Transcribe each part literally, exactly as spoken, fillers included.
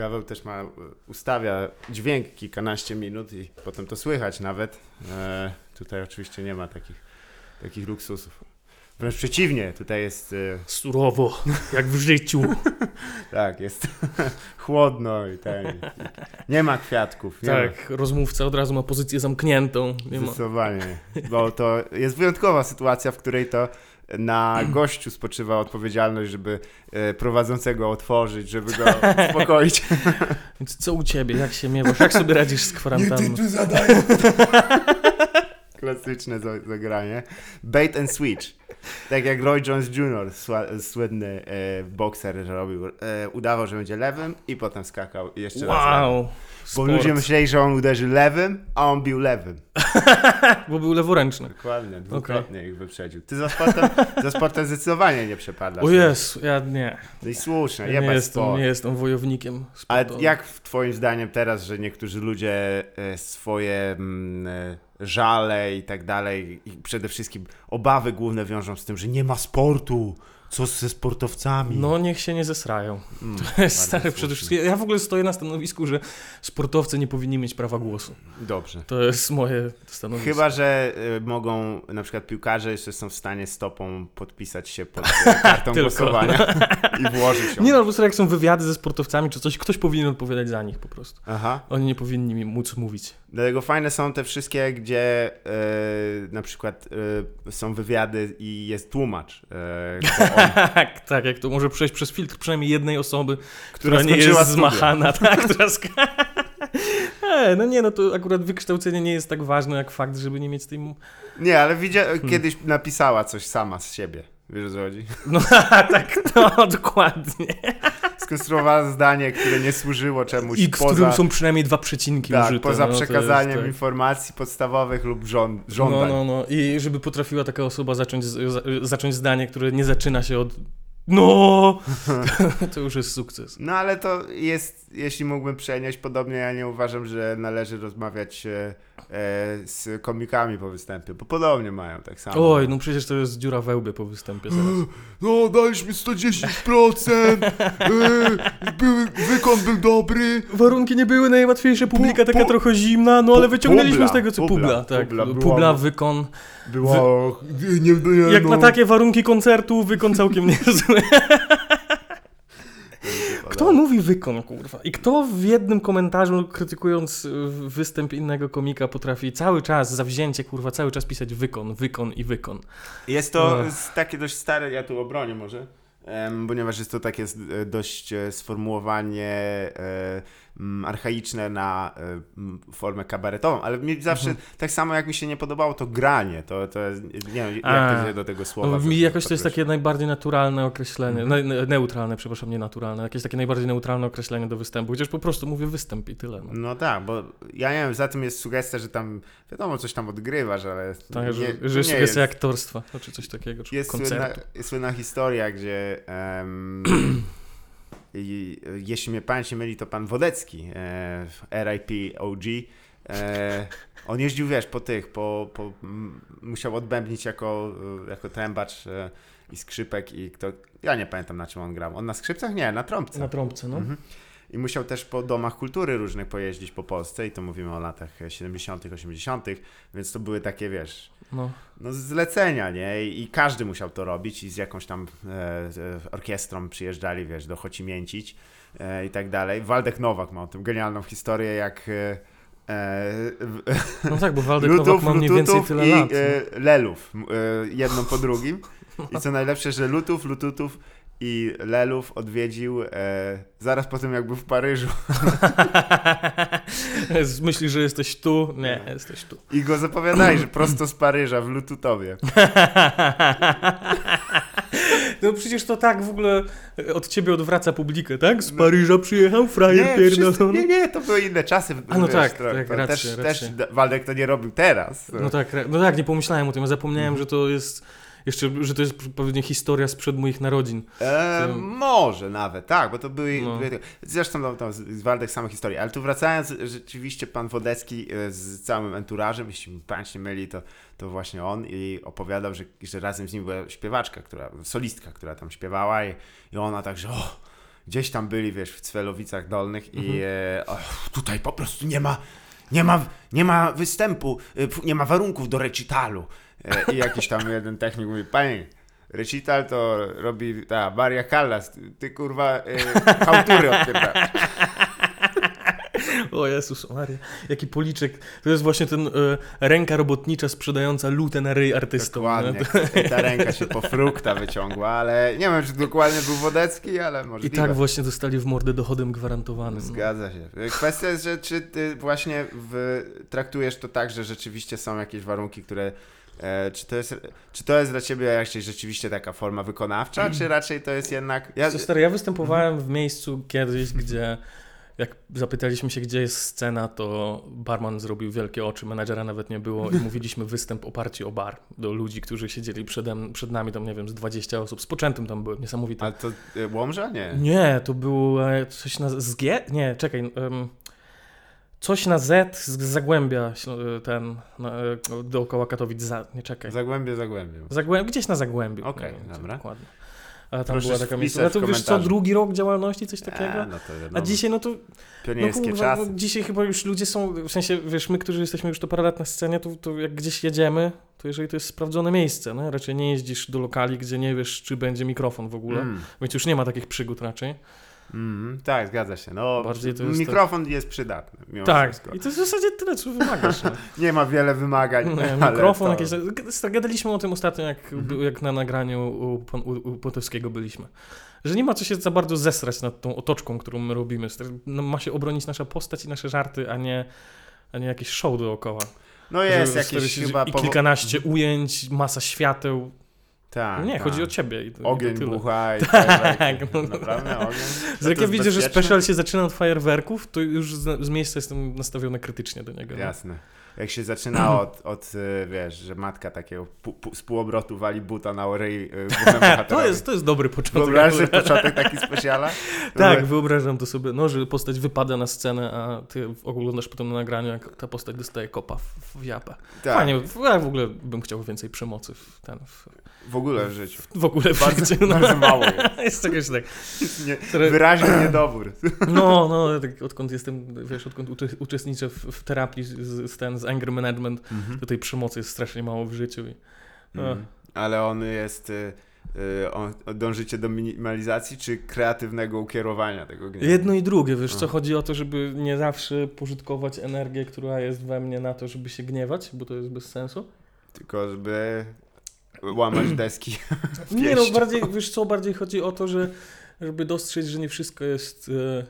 Paweł też ma, ustawia dźwięk kilkanaście minut i potem to słychać nawet. E, tutaj oczywiście nie ma takich, takich luksusów. Wręcz przeciwnie, tutaj jest... E... Surowo, jak w życiu. Tak, jest chłodno i ten, nie ma kwiatków. Nie tak, ma. Rozmówca od razu ma pozycję zamkniętą. Nie Zdecydowanie, ma. Bo to jest wyjątkowa sytuacja, w której to na gościu spoczywa odpowiedzialność, żeby e, prowadzącego otworzyć, żeby go uspokoić. Więc co u ciebie? Jak się miewasz? Jak sobie radzisz z kwarantanną? Nie ty tu zadajesz. Klasyczne zagranie. Bait and switch. Tak jak Roy Jones junior, słynny e, bokser, że robił, e, udawał, że będzie lewym i potem skakał i jeszcze wow, raz lewym. Bo sport. ludzie myśleli, że on uderzy lewym, a on bił lewym. Bo był leworęczny. Dokładnie, dwukrotnie okay. ich wyprzedził. Ty za sportem, za sportem zdecydowanie nie przepadasz. O Jezu, ja nie. No i słuszne, ja nie jestem, nie jestem wojownikiem sportowym. Ale jak twoim zdaniem teraz, że niektórzy ludzie e, swoje mm, e, żale i tak dalej i przede wszystkim obawy główne wiążą z tym, że nie ma sportu, co ze sportowcami? No niech się nie zesrają. Mm, to jest stare przede wszystkim. Ja w ogóle stoję na stanowisku, że sportowcy nie powinni mieć prawa głosu. Dobrze. To jest moje stanowisko. Chyba, że y, mogą, na przykład piłkarze jeszcze są w stanie stopą podpisać się pod y, kartą głosowania i włożyć ją. Nie no, po prostu jak są wywiady ze sportowcami czy coś, ktoś powinien odpowiadać za nich po prostu. Aha. Oni nie powinni mi móc mówić. Dlatego fajne są te wszystkie, gdzie y, na przykład y, są wywiady i jest tłumacz. Y, tak, tak, jak to może przejść przez filtr przynajmniej jednej osoby, która, która nie jest zmachana, tak, która sk- e, no nie, no to akurat wykształcenie nie jest tak ważne jak fakt, żeby nie mieć tej... Nie, ale widzia- hmm. kiedyś napisała coś sama z siebie. Wiesz, o co chodzi? No tak, no dokładnie. Skonstruowała zdanie, które nie służyło czemuś I poza... w którym są przynajmniej dwa przecinki tak, użyte. poza no, przekazaniem jest, tak. informacji podstawowych lub żąd- żądań. No, no, no. I żeby potrafiła taka osoba zacząć, z- zacząć zdanie, które nie zaczyna się od no, to już jest sukces. No ale to jest, jeśli mógłbym przenieść, podobnie ja nie uważam, że należy rozmawiać e, e, z komikami po występie, bo podobnie mają tak samo. Oj, no przecież to jest dziura we łbie po występie zaraz. No, daliśmy sto dziesięć procent, e, był, wykon był dobry. Warunki nie były najłatwiejsze, publika pu, taka pu, trochę zimna, no ale wyciągnęliśmy publa, z tego co publa. publa, tak. publa, Publa, publa wykon. Było... Wy... Nie, nie, Jak no. na takie warunki koncertu, wykon całkiem niezły. Kto mówi wykon, kurwa? I kto w jednym komentarzu, krytykując występ innego komika, potrafi cały czas, zawzięcie, kurwa, cały czas pisać wykon, wykon i wykon? Jest to no. takie dość stare, ja tu obronię może, um, ponieważ jest to takie dość sformułowanie e, m, archaiczne na e, formę kabaretową, ale mi zawsze, mhm. tak samo jak mi się nie podobało to granie, to, to nie wiem, jak to do tego słowa. No, mi jakoś to jest takie najbardziej naturalne określenie, mhm. ne, neutralne, przepraszam, nie naturalne, jakieś takie najbardziej neutralne określenie do występu, chociaż po prostu mówię występ i tyle. No, no tak, bo ja nie wiem, za tym jest sugestia, że tam, wiadomo, coś tam odgrywasz, ale... Tak, nie, że, to że jest nie sugestia jest aktorstwa, czy coś takiego, czy jest koncertu. Słynna, jest słynna historia, gdzie um, i, jeśli mnie pamięć nie myli, to pan Wodecki, e, R I P O G, e, on jeździł, wiesz, po tych, po, po, m, musiał odbębnić jako, jako trębacz e, i skrzypek i kto, ja nie pamiętam na czym on grał. On na skrzypcach? Nie, na trąbce. Na trąbce, no. Mhm. I musiał też po domach kultury różnych pojeździć po Polsce i to mówimy o latach siedemdziesiątych, osiemdziesiątych, więc to były takie, wiesz, no, no zlecenia, nie? I, I każdy musiał to robić i z jakąś tam e, orkiestrą przyjeżdżali, wiesz, do Chocimięcić e, i tak dalej. Waldek Nowak ma o tym genialną historię, jak e, e, no tak, bo Waldek Lutów, Nowak ma mniej więcej tyle i, lat. E, Lelów, e, jedną po drugim. I co najlepsze, że Lutów, Lututów i Lelów odwiedził e, zaraz po tym, jak był w Paryżu. Myślisz, że jesteś tu? Nie, jesteś tu. I go zapowiadali, że prosto z Paryża w Lututowie. No przecież to tak w ogóle od ciebie odwraca publikę, tak? Z Paryża przyjechał frajer pierdolony. Nie, nie, to były inne czasy. A no wiesz, tak, to, tak to racja, też, racja. też Waldek to nie robił teraz. No tak, no tak, nie pomyślałem o tym, ja zapomniałem, że to jest jeszcze, że to jest pewnie historia sprzed moich narodzin. E, to... Może nawet, tak, bo to były, no. były zresztą no, to z Waldek same historie, ale tu wracając, rzeczywiście pan Wodecki z całym enturażem, jeśli mi pamięć nie myli, to, to właśnie on i opowiadał, że, że razem z nim była śpiewaczka, która, solistka, która tam śpiewała i, i ona tak, że o, gdzieś tam byli, wiesz, w Cwelowicach Dolnych mhm. i e, o, tutaj po prostu nie ma, nie ma, nie ma występu, nie ma warunków do recitalu. E, I jakiś tam jeden technik mówi, panie, recital to robi ta Maria Callas, ty, ty kurwa e, chałtury odpierdasz. O Jezus Maria, jaki policzek. To jest właśnie ten y, ręka robotnicza sprzedająca lutę na ryj artystom. Dokładnie. I ta ręka się po frukta wyciągła, ale nie wiem, czy dokładnie był Wodecki, ale możliwe. I tak właśnie dostali w mordę dochodem gwarantowanym. Zgadza się. Kwestia jest, że czy ty właśnie w, traktujesz to tak, że rzeczywiście są jakieś warunki, które E, czy, to jest, czy to jest dla ciebie jakaś rzeczywiście taka forma wykonawcza, czy raczej to jest jednak... Ja, stary, ja występowałem w miejscu kiedyś, gdzie jak zapytaliśmy się, gdzie jest scena, to barman zrobił wielkie oczy, menadżera nawet nie było i mówiliśmy występ oparci o bar do ludzi, którzy siedzieli przede, przed nami, tam nie wiem, z dwadzieścia osób, z poczętym tam byłem, niesamowite. Ale to y, Łomża? Nie. Nie, to było e, coś na... z G? Nie, czekaj... Um, Coś na Z z Zagłębia, ten, na, dookoła Katowic, za, nie czekaj. Zagłębie, Zagłębie. Zagłębie, gdzieś na Zagłębiu. Okej, okay, dobra. Dokładnie. A tam Proszę była taka miejsca. No to wiesz co, drugi rok działalności, coś takiego? A, no to A dzisiaj no to... Pionierskie no, czasy. No, dzisiaj chyba już ludzie są, w sensie, wiesz, my, którzy jesteśmy już to parę lat na scenie, to, to jak gdzieś jedziemy, to jeżeli to jest sprawdzone miejsce, no, raczej nie jeździsz do lokali, gdzie nie wiesz, czy będzie mikrofon w ogóle, mm. więc już nie ma takich przygód raczej. Mm, tak, zgadza się. No, Bardziej to jest mikrofon tak... jest przydatny. Tak, wszystko. i to jest w zasadzie tyle, co wymagasz. No. Nie ma wiele wymagań. Nie, mikrofon to... jakieś... Gadaliśmy o tym ostatnio, jak, mm-hmm. jak na nagraniu u, u, u Potowskiego byliśmy. Że nie ma co się za bardzo zesrać nad tą otoczką, którą my robimy. No, ma się obronić nasza postać i nasze żarty, a nie, a nie jakieś show dookoła. No jest jakieś chyba... I kilkanaście powo- ujęć, masa świateł. Tak, nie, tak. chodzi o ciebie. I to, ogień i to bucha. I tak. No, naprawdę ogień. No jak ja widzę, że special się zaczyna od fajerwerków, to już z, z miejsca jestem nastawiony krytycznie do niego. Jasne. No. Jak się zaczyna od, od, wiesz, że matka takiego pu, pu, z półobrotu wali buta na ryj to, jest, to jest dobry początek. Wyobrażasz sobie początek taki specjala? Tak, wyobrażam to sobie, no, że postać wypada na scenę, a ty oglądasz potem na nagraniu, jak ta postać dostaje kopa w, w japę. Tak. Fajnie, ja w ogóle bym chciał więcej przemocy w ten... W, w ogóle w życiu. W ogóle w bardzo, życiu. No. Bardzo mało jest. Jest czegoś tak. Nie, wyraźny niedobór. No, no, tak odkąd jestem, wiesz, odkąd uczy, uczestniczę w, w terapii z, z, ten, z anger management, mm-hmm. to tej przemocy jest strasznie mało w życiu. I, mm. Ale on jest... Y, y, on, dążycie do minimalizacji czy kreatywnego ukierowania tego gniewu? Jedno i drugie, wiesz, co chodzi o to, żeby nie zawsze pożytkować energię, która jest we mnie na to, żeby się gniewać, bo to jest bez sensu. Tylko żeby... łamać deski. Nie no, bardziej, wiesz co, bardziej chodzi o to, że żeby dostrzec, że nie wszystko jest e,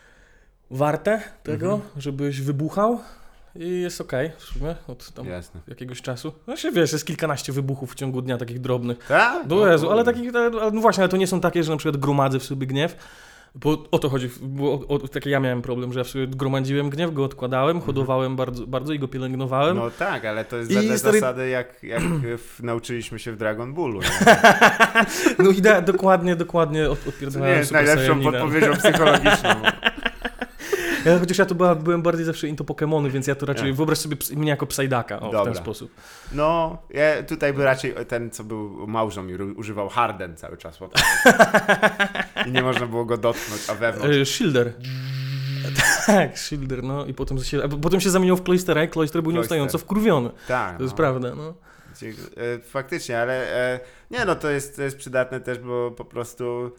warte tego, mhm. żebyś wybuchał i jest okej okay, w sumie od tam Jasne. jakiegoś czasu. No się wiesz, jest kilkanaście wybuchów w ciągu dnia takich drobnych. Tak? Do Jezu, ale takich, ale, no właśnie, ale to nie są takie, że na przykład gromadzę w sobie gniew. Bo o to chodzi, bo o, o, takie ja miałem problem, że ja w sobie gromadziłem gniew, go odkładałem, hodowałem bardzo, bardzo i go pielęgnowałem. No tak, ale to jest wedle stary... zasady jak, jak w, nauczyliśmy się w Dragon Ballu. No i da, dokładnie, dokładnie od, odpierdolałem. To nie jest najlepszą podpowiedzią psychologiczną. Ja, chociaż ja to była, byłem bardziej zawsze into Pokemony, więc ja to raczej, ja. wyobraź sobie mnie jako Psyducka, o, w ten sposób. No, ja tutaj by raczej ten, co był małżą mi używał Harden cały czas. I nie można było go dotknąć, a wewnątrz... E, Shielder. Tak, Shielder, no i potem się, potem się zamienił w Cloystera i Cloyster był nieustająco wkurwiony. Tak. To jest no. prawda, no. Faktycznie, ale nie no, to jest, to jest przydatne też, bo po prostu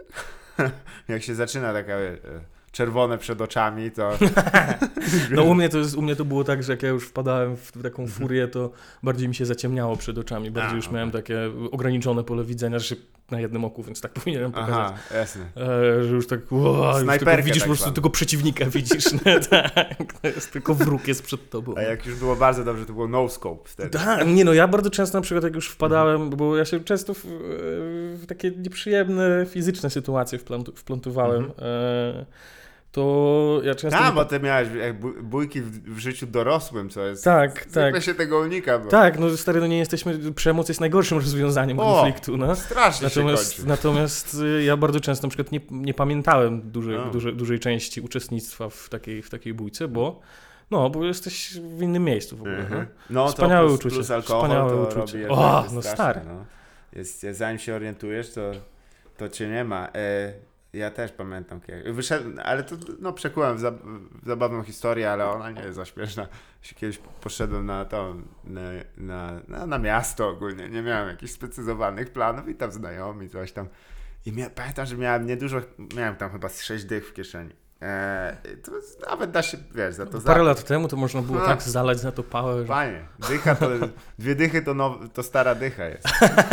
jak się zaczyna taka... czerwone przed oczami, to... No u mnie to, jest, u mnie to było tak, że jak ja już wpadałem w taką furię, to bardziej mi się zaciemniało przed oczami, bardziej A, już okay. miałem takie ograniczone pole widzenia, że się na jednym oku, więc tak powinienem pokazać. Aha, jasne. E, że już tak, wow, już tylko widzisz tak po prostu pan. Tylko przeciwnika, widzisz, no, tak, to jest tylko wróg jest przed tobą. A jak już było bardzo dobrze, to było no scope wtedy. Tak, nie no, ja bardzo często na przykład jak już wpadałem, mhm. bo ja się często w, w takie nieprzyjemne fizyczne sytuacje wplątu, wplątowałem, mhm. e, to ja często... Tak, bo ty miałeś bójki w, w życiu dorosłym, co jest... Tak, zwykle tak. się tego unika. Bo... Tak, no stary, no nie jesteśmy... Przemoc jest najgorszym rozwiązaniem o, konfliktu, no. strasznie natomiast, się kończy. Natomiast ja bardzo często na przykład nie, nie pamiętałem dużej, no. dużej, dużej części uczestnictwa w takiej, w takiej bójce, bo... No, bo jesteś w innym miejscu w ogóle. Mhm. No, wspaniałe to plus, uczucie. plus alkohol wspaniałe to uczucie. robi O, no stary. No. Jest, zanim się orientujesz, to, to cię nie ma. E, Ja też pamiętam. Wyszedłem, ale to no, przekułem w, za, w zabawną historię, ale ona nie jest za śmieszna. Kiedyś poszedłem na to, na, na, na, na miasto ogólnie, nie miałem jakichś sprecyzowanych planów i tam znajomi, coś tam. I mia, pamiętam, że miałem niedużo, miałem tam chyba z sześć dych w kieszeni. Eee, to nawet da się, wiesz, za to Parę zapić. lat temu to można było no. tak zalać na to pałę. Że... Panie, dycha to, dwie dychy to, now, to stara dycha jest.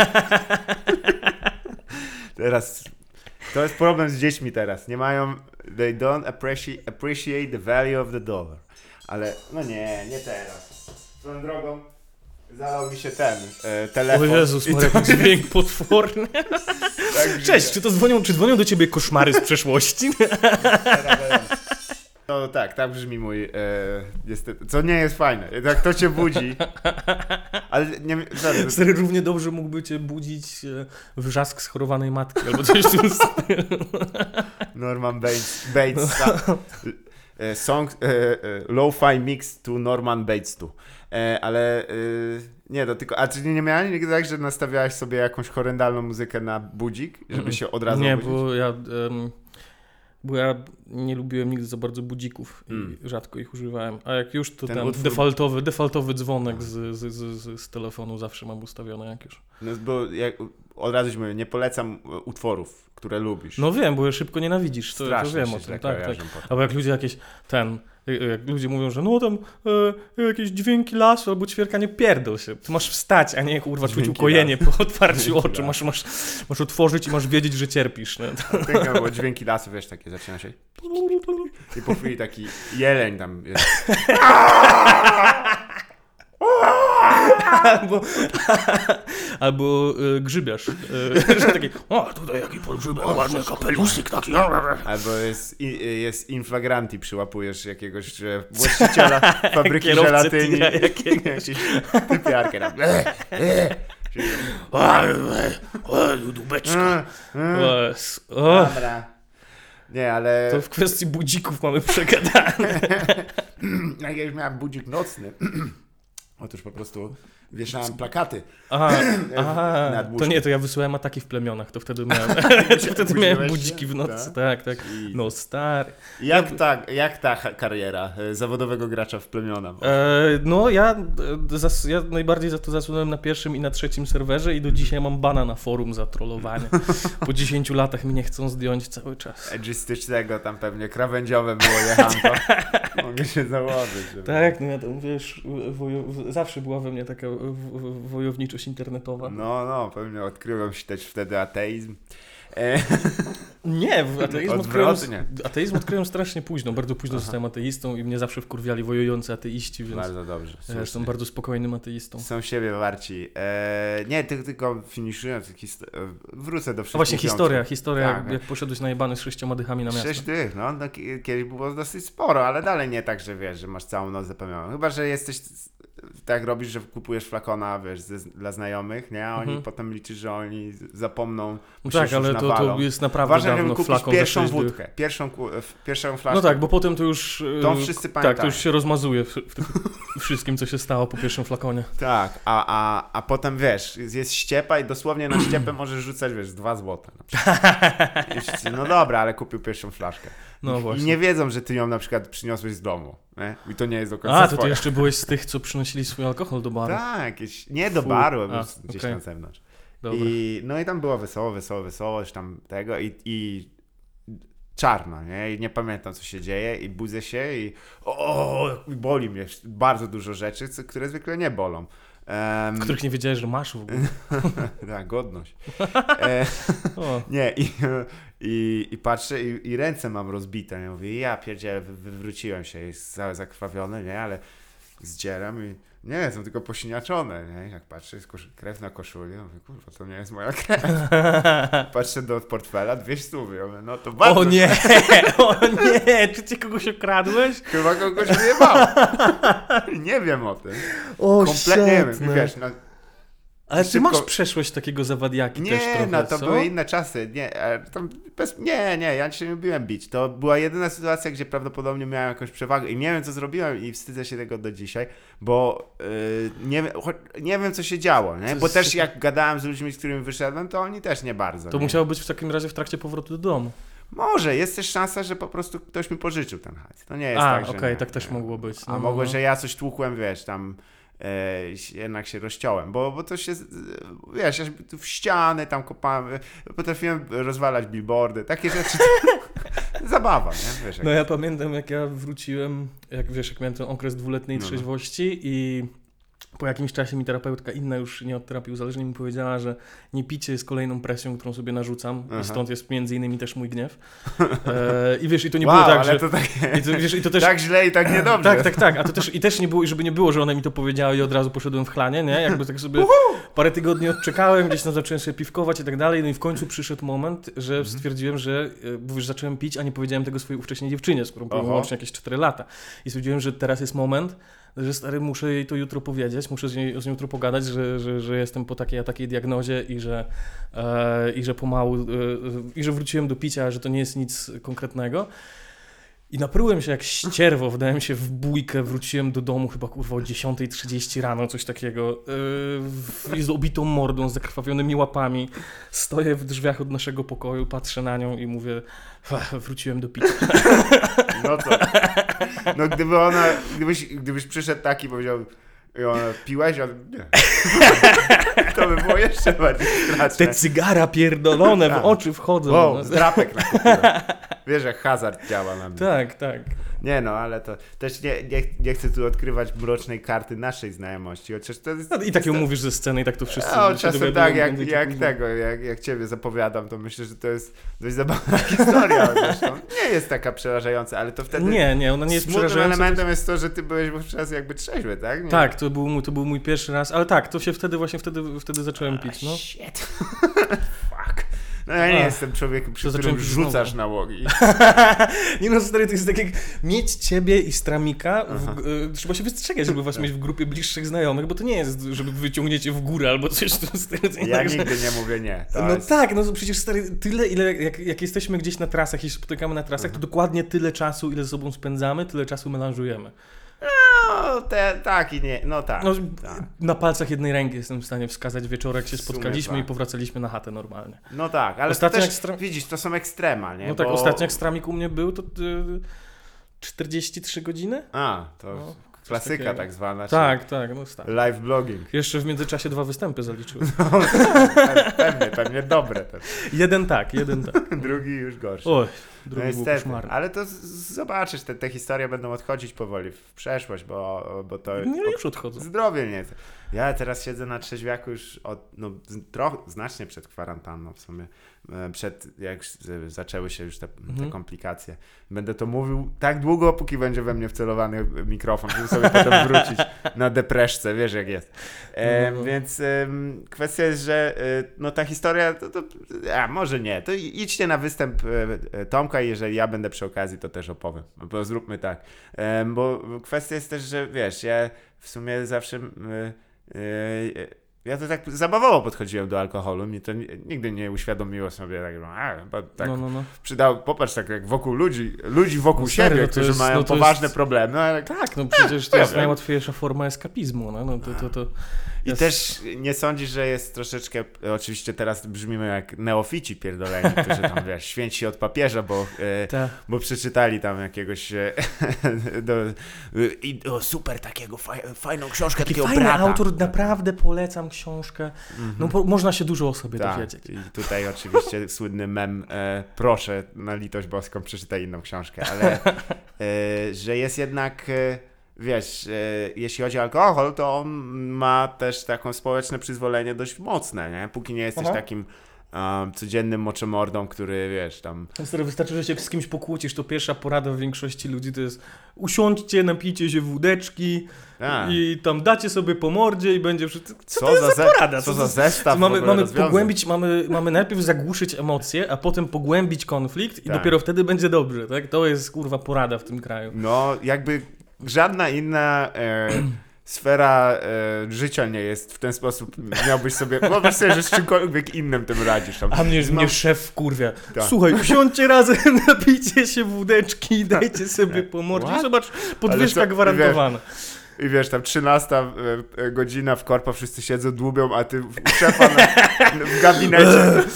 Teraz, to jest problem z dziećmi teraz. Nie mają, they don't appreciate, appreciate the value of the dollar. Ale, no nie, nie teraz. Swoją drogą, zalał mi się ten e, telefon. O Jezus, ma jakiś dźwięk potworny. Tak, cześć, czy to dzwonią, czy dzwonią do ciebie koszmary z przeszłości? No tak, tak brzmi mój, e, niestety, co nie jest fajne, jak to cię budzi, ale nie, żadne. Stary, równie dobrze mógłby cię budzić e, wrzask schorowanej matki, albo coś w tym stylu. Norman Bates, Bates e, song, e, e, lo-fi mix to Norman Bates tu, e, ale e, nie, to tylko, a czy nie miałeś nigdy tak, że nastawiałeś sobie jakąś horrendalną muzykę na budzik, żeby się od razu Nie, obudzić? bo ja... Um... Bo ja nie lubiłem nigdy za bardzo budzików i mm. rzadko ich używałem. A jak już, to ten, ten utwór... defaultowy, defaultowy dzwonek z, z, z, z telefonu zawsze mam ustawiony jak już. No bo jak, od razu ci mówię, nie polecam utworów, które lubisz. No wiem, bo je szybko nienawidzisz, to, to wiem o tym. Tak, tak. Albo jak ludzie jakieś, ten, jak ludzie mówią, że no tam e, jakieś dźwięki lasu albo ćwierkanie, pierdol się. Ty masz wstać, a nie kurwa czuć ukojenie lasu. Po otwarciu dźwięki oczu. Masz, masz, masz otworzyć i masz wiedzieć, że cierpisz. No. Piękne, bo dźwięki lasu, wiesz, takie zaczyna się i po chwili taki jeleń tam jest. Albo, albo y, grzybiarz. Y, taki, o, tutaj jaki podgrzybek, ładny kapelusik taki. Albo jest, jest inflagranti, przyłapujesz jakiegoś że właściciela fabryki żelatyni. Jakiegoś. Typiarkę tam. O, dubeczka. Dobra. Nie, ale... To w kwestii budzików mamy przegadane. Jak ja już miałem budzik nocny. Otóż po prostu wieszałem plakaty. Aha, aha. to nie, to ja wysyłałem ataki w plemionach, to wtedy miałem, wtedy miałem budziki w nocy, tak, tak. I... No stary. Jak ta, jak ta kariera zawodowego gracza w plemiona? E, no ja, zas, ja najbardziej za to zasłynąłem na pierwszym i na trzecim serwerze i do dzisiaj mam bana na forum za trollowanie. Po dziesięciu latach mi nie chcą zdjąć cały czas. Edgistycznego tam pewnie, krawędziowe było jechanko. Mogę się założyć. Żeby... Tak, no ja tam wiesz, wojo- zawsze była we mnie taka wojowniczość internetowa. No, no, pewnie odkryłem się też wtedy ateizm. E... Nie, ateizm odkryłem, ateizm odkryłem strasznie późno, bardzo późno Aha. zostałem ateistą i mnie zawsze wkurwiali wojujący ateiści, więc bardzo dobrze. Ja jestem bardzo spokojnym ateistą. Są siebie warci. E... Nie, tylko, tylko finiszując, hist... wrócę do wszystkich. A właśnie historia, historia tak, jak, jak poszedłeś najebany z sześcioma dychami na miasto. Sześć dych, no, no kiedyś było dosyć sporo, ale dalej nie tak, że wiesz, że masz całą noc zapełnioną. Chyba, że jesteś... Tak robisz, że kupujesz flakona, wiesz, ze, dla znajomych, nie? A oni mhm. potem liczysz, że oni zapomną. No tak, ale to, to jest naprawdę Ważne, dawno żeby kupić pierwszą wódkę, pierwszą, pierwszą flaszkę. No tak, bo potem to już... To wszyscy pamiętają. Tak, to już się rozmazuje w, w tym wszystkim, co się stało po pierwszym flakonie. Tak, a, a, a potem wiesz, jest, jest ściepa i dosłownie na ściepę możesz rzucać, wiesz, dwa złote. No dobra, ale kupił pierwszą flaszkę. No właśnie. I nie wiedzą, że ty ją na przykład przyniosłeś z domu. Nie? I to nie jest do końca A, to swoje. ty jeszcze byłeś z tych, co przynosili swój alkohol do baru. Tak, jakieś, nie do Fu. baru, a, gdzieś okay. na zewnątrz. Dobra. I, no i tam było wesoło, wesoło, wesoło, już tam tego i, i czarno, nie? I nie pamiętam, co się dzieje i budzę się i o, boli mnie bardzo dużo rzeczy, które zwykle nie bolą. Um, których nie wiedziałeś, że masz w ogóle. Tak, godność. E, nie, i, i, i patrzę i, i ręce mam rozbite. Ja mówię, ja pierdzielę, wy, wywróciłem się, jest cały zakrwawiony, nie, ale zdzieram i nie, są tylko posiniaczone, nie, jak patrzę, jest kosz- krew na koszuli, ja mówię, kurwa, to nie jest moja krew. Patrzę do portfela, dwie stówy, ja mówię, no to bardzo... O nie, o nie, czy ty kogoś okradłeś? Chyba kogoś wyjebałem. Nie wiem o tym. O, kompletnie nie wiem, wiesz, no... Ale ty szybko... masz przeszłość takiego zawadiaki nie, też trochę, Nie, no to co? były inne czasy. Nie, tam bez... nie, nie, ja się nie lubiłem bić. To była jedyna sytuacja, gdzie prawdopodobnie miałem jakąś przewagę i nie wiem, co zrobiłem i wstydzę się tego do dzisiaj, bo yy, nie, nie wiem, co się działo, nie? Bo też jak gadałem z ludźmi, z którymi wyszedłem, to oni też nie bardzo. To nie? musiało być w takim razie w trakcie powrotu do domu. Może, jest też szansa, że po prostu ktoś mi pożyczył ten hajs. To nie jest A, tak, że okej, okay, nie, tak też nie. mogło być. A no, mogło, no. że ja coś tłukłem, wiesz, tam e, jednak się rozciąłem, bo, bo to się, wiesz, ja w ściany tam kopałem, potrafiłem rozwalać billboardy, takie rzeczy. Zabawa, nie? Wiesz, jak... No ja pamiętam, jak ja wróciłem, jak wiesz, jak miałem ten okres dwuletniej no. trzeźwości i po jakimś czasie mi terapeutka inna już nie od terapii uzależnień mi powiedziała, że nie picie jest kolejną presją, którą sobie narzucam. Aha. I stąd jest między innymi też mój gniew. E, I wiesz, i to nie wow, było tak, ale że... To tak, i to, wiesz, i to też, tak źle i tak niedobrze. Tak, tak, tak. A to też, i też nie było, i żeby nie było, że one mi to powiedziały i od razu poszedłem w chlanie, nie? Jakby tak sobie parę tygodni odczekałem, gdzieś tam zacząłem sobie piwkować i tak dalej. No i w końcu przyszedł moment, że mhm. stwierdziłem, że bo już zacząłem pić, a nie powiedziałem tego swojej ówcześniej dziewczynie, z którą byłem łącznie jakieś cztery lata. I stwierdziłem, że teraz jest moment, że stary, muszę jej to jutro powiedzieć, muszę z nią, z nią jutro pogadać, że, że, że jestem po takiej a takiej diagnozie i że, e, i że pomału, e, i że wróciłem do picia, że to nie jest nic konkretnego. I naprułem się jak ścierwo, wdałem się w bójkę, wróciłem do domu chyba kurwa o dziesiąta trzydzieści rano, coś takiego, yy, z obitą mordą, z zakrwawionymi łapami. Stoję w drzwiach od naszego pokoju, patrzę na nią i mówię, wróciłem do picia. No to, no gdyby ona, gdybyś, gdybyś przyszedł taki i powiedział, i ona, piłeś? A nie. To by było jeszcze bardziej straszne. Te cygara pierdolone w oczy wchodzą. Wow, no. zdrapek nakupiłem. Wiesz, jak hazard działa na mnie. Tak, tak. Nie no, ale to też nie, nie, nie chcę tu odkrywać mrocznej karty naszej znajomości, chociaż to jest... No, i tak ją to... mówisz ze sceny i tak to wszyscy... No, czasem tak, jak, jak tego, jak, jak ciebie zapowiadam, to myślę, że to jest dość zabawna historia zresztą. Nie jest taka przerażająca, ale to wtedy... Nie, nie, ona nie jest przerażająca. Smutnym elementem jest to, że ty byłeś wówczas jakby trzeźwy, tak? Nie? Tak, to był, mój, to był mój pierwszy raz, ale tak, to się wtedy właśnie wtedy, wtedy zacząłem A, pić, no. Shit. Fuck. No ja nie A, jestem człowiekiem, przy którym rzucasz nałogi. Nie no, stary, to jest tak jak mieć ciebie i Stramika, w, y, trzeba się wystrzegać, żeby was mieć w grupie bliższych znajomych, bo to nie jest, żeby wyciągniecie w górę albo coś w tym stylu. Ja tak, nigdy że... nie mówię nie. To no jest... tak, no przecież stary, tyle ile, jak, jak jesteśmy gdzieś na trasach i się spotykamy na trasach, to dokładnie tyle czasu, ile ze sobą spędzamy, tyle czasu melanżujemy. No, te, tak i nie, no tak, no, tak. Na palcach jednej ręki jestem w stanie wskazać wieczorek, się spotkaliśmy tak. i powracaliśmy na chatę normalnie. No tak, ale ostatnio też, ekstra... widzisz, to są ekstrema, nie? No tak, Bo... ostatnio jak Stramik u mnie był, to y, czterdzieści trzy godziny? A, to no, klasyka takiego. Tak zwana. Tak, tak, no tak. Live blogging. Jeszcze w międzyczasie dwa występy zaliczyłem. No, pewnie, pewnie dobre. Też. Jeden tak, jeden tak. Drugi już gorszy. Oj, drugi no był niestety, koszmarny. ale to z- zobaczysz, te, te historie będą odchodzić powoli w przeszłość, bo, bo to... Nie, już odchodzą. Zdrowie nie. Ja teraz siedzę na trzeźwiaku już od, no, trochę, znacznie przed kwarantanną w sumie. Przed, jak zaczęły się już te, mhm. te komplikacje. Będę to mówił tak długo, póki będzie we mnie wcelowany mikrofon, żeby sobie potem wrócić na depreszce, wiesz jak jest. E, no, no. Więc e, kwestia jest, że e, no ta historia, to, to, a może nie, to idźcie na występ e, Tomka i jeżeli ja będę przy okazji, to też opowiem. Bo zróbmy tak. E, bo kwestia jest też, że wiesz, ja w sumie zawsze... E, e, Ja to tak zabawowo podchodziłem do alkoholu, mi to nigdy nie uświadomiło sobie tak, a, bo tak no, no, no. przydało, popatrz, tak jak wokół ludzi, ludzi wokół no siebie, serio, którzy jest, mają no poważne jest... problemy. Ale... Tak, no przecież to jest najłatwiejsza forma eskapizmu, no, no to, to, to I jest... też nie sądzisz, że jest troszeczkę, oczywiście teraz brzmimy jak neofici pierdoleni, którzy tam, wiesz, święci od papieża, bo, e, bo przeczytali tam jakiegoś e, do, i, o, super takiego, faj, fajną książkę Taki takiego fajny brata. autor, naprawdę polecam książkę. Mm-hmm. No po, można się dużo o sobie tak. dowiedzieć. I tutaj oczywiście słynny mem, e, proszę na litość boską przeczytaj inną książkę, ale e, że jest jednak... E, Wiesz, e, jeśli chodzi o alkohol, to on ma też taką społeczne przyzwolenie dość mocne, nie? Póki nie jesteś Aha. takim um, codziennym moczomordą, który, wiesz, tam... Stary, wystarczy, że się z kimś pokłócisz, to pierwsza porada w większości ludzi to jest usiądźcie, napijcie się wódeczki A. i tam dacie sobie po mordzie i będzie... Co, co to jest za porada? Co, co za zestaw co mamy, mamy pogłębić, mamy, mamy najpierw zagłuszyć emocje, a potem pogłębić konflikt i tak. dopiero wtedy będzie dobrze, tak? To jest, kurwa, porada w tym kraju. No, jakby... Żadna inna e, sfera e, życia nie jest w ten sposób, miałbyś sobie, wyobraź sobie, że z czymkolwiek innym tym radzisz. Tam. A mnie, Mam... mnie szef wkurwia. Tak. Słuchaj, usiądźcie razem, napijcie się wódeczki i dajcie sobie po mordzie. Zobacz, podwyżka to, gwarantowana. Wiesz, I wiesz, tam trzynasta godzina w korpo, wszyscy siedzą, dłubią, a ty u szefa na, w gabinecie.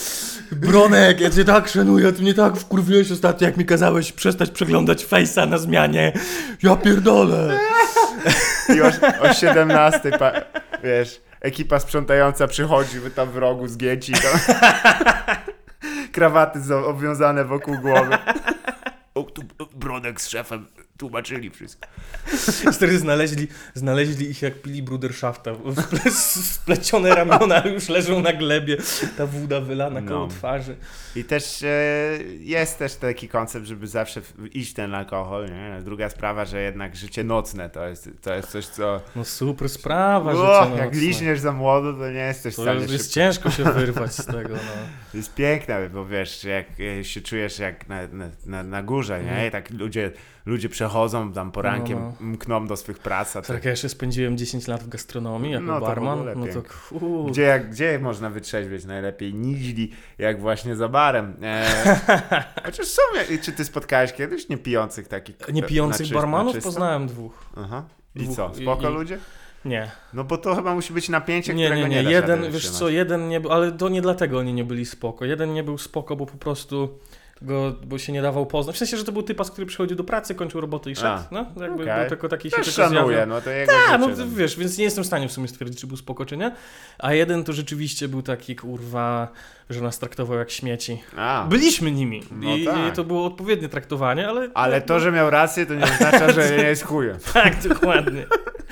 Bronek, ja cię tak szanuję, ty mnie tak wkurwiłeś ostatnio, jak mi kazałeś przestać przeglądać Face'a na zmianie. Ja pierdolę. I o, o siedemnastej, pa, wiesz, ekipa sprzątająca przychodzi, wy tam w rogu zgięci, tam krawaty z- obwiązane wokół głowy. O, tu Bronek z szefem tłumaczyli wszystko. Wtedy znaleźli, znaleźli ich jak pili Bruderschafta. Wple, splecione ramiona już leżą na glebie. Ta woda wylana koło No. twarzy. I też e, jest też taki koncept, żeby zawsze w- iść ten alkohol, nie? Druga sprawa, że jednak życie nocne to jest, to jest coś, co... No super sprawa, O, życie jak nocne. liźniesz za młodo, to nie jesteś w To stanie jest, się... jest ciężko się wyrwać z tego, no. To jest piękne, bo wiesz, jak e, się czujesz jak na, na, na, na górze, nie? I tak ludzie, ludzie przechodzą tam porankiem, No, mkną do swych prac, a ty... Tak, ja jeszcze spędziłem dziesięć lat w gastronomii jako No to w barman. ogóle No to pięknie. kuu. Gdzie, jak, gdzie można wytrzeźwieć najlepiej? Niźli, jak właśnie za barem. E, chociaż są, jak- czy ty spotkałeś kiedyś niepijących takich... Niepijących na czysto- barmanów na czysto? poznałem dwóch. Aha. I Dwóch. co, spoko I- i- ludzie? Nie. No bo to chyba musi być napięcie, Nie, którego nie, nie, nie. da Jeden, rady wiesz wytrzymać. co, jeden nie był, ale to nie dlatego oni nie byli spoko. Jeden nie był spoko, bo po prostu go, bo się nie dawał poznać. W sensie, że to był typas, który przychodził do pracy, kończył robotę i szedł. A, No, jakby okej. był tylko taki się Też tylko szanuję, zjawiał. no to jego Tak, no życie, to no. wiesz, więc nie jestem w stanie w sumie stwierdzić, czy był spoko, czy nie. A jeden to rzeczywiście był taki, kurwa, że nas traktował jak śmieci. A, Byliśmy nimi No i, tak. i to było odpowiednie traktowanie, ale... ale to, że miał rację, to nie oznacza, że nie jest chujem. Tak, dokładnie.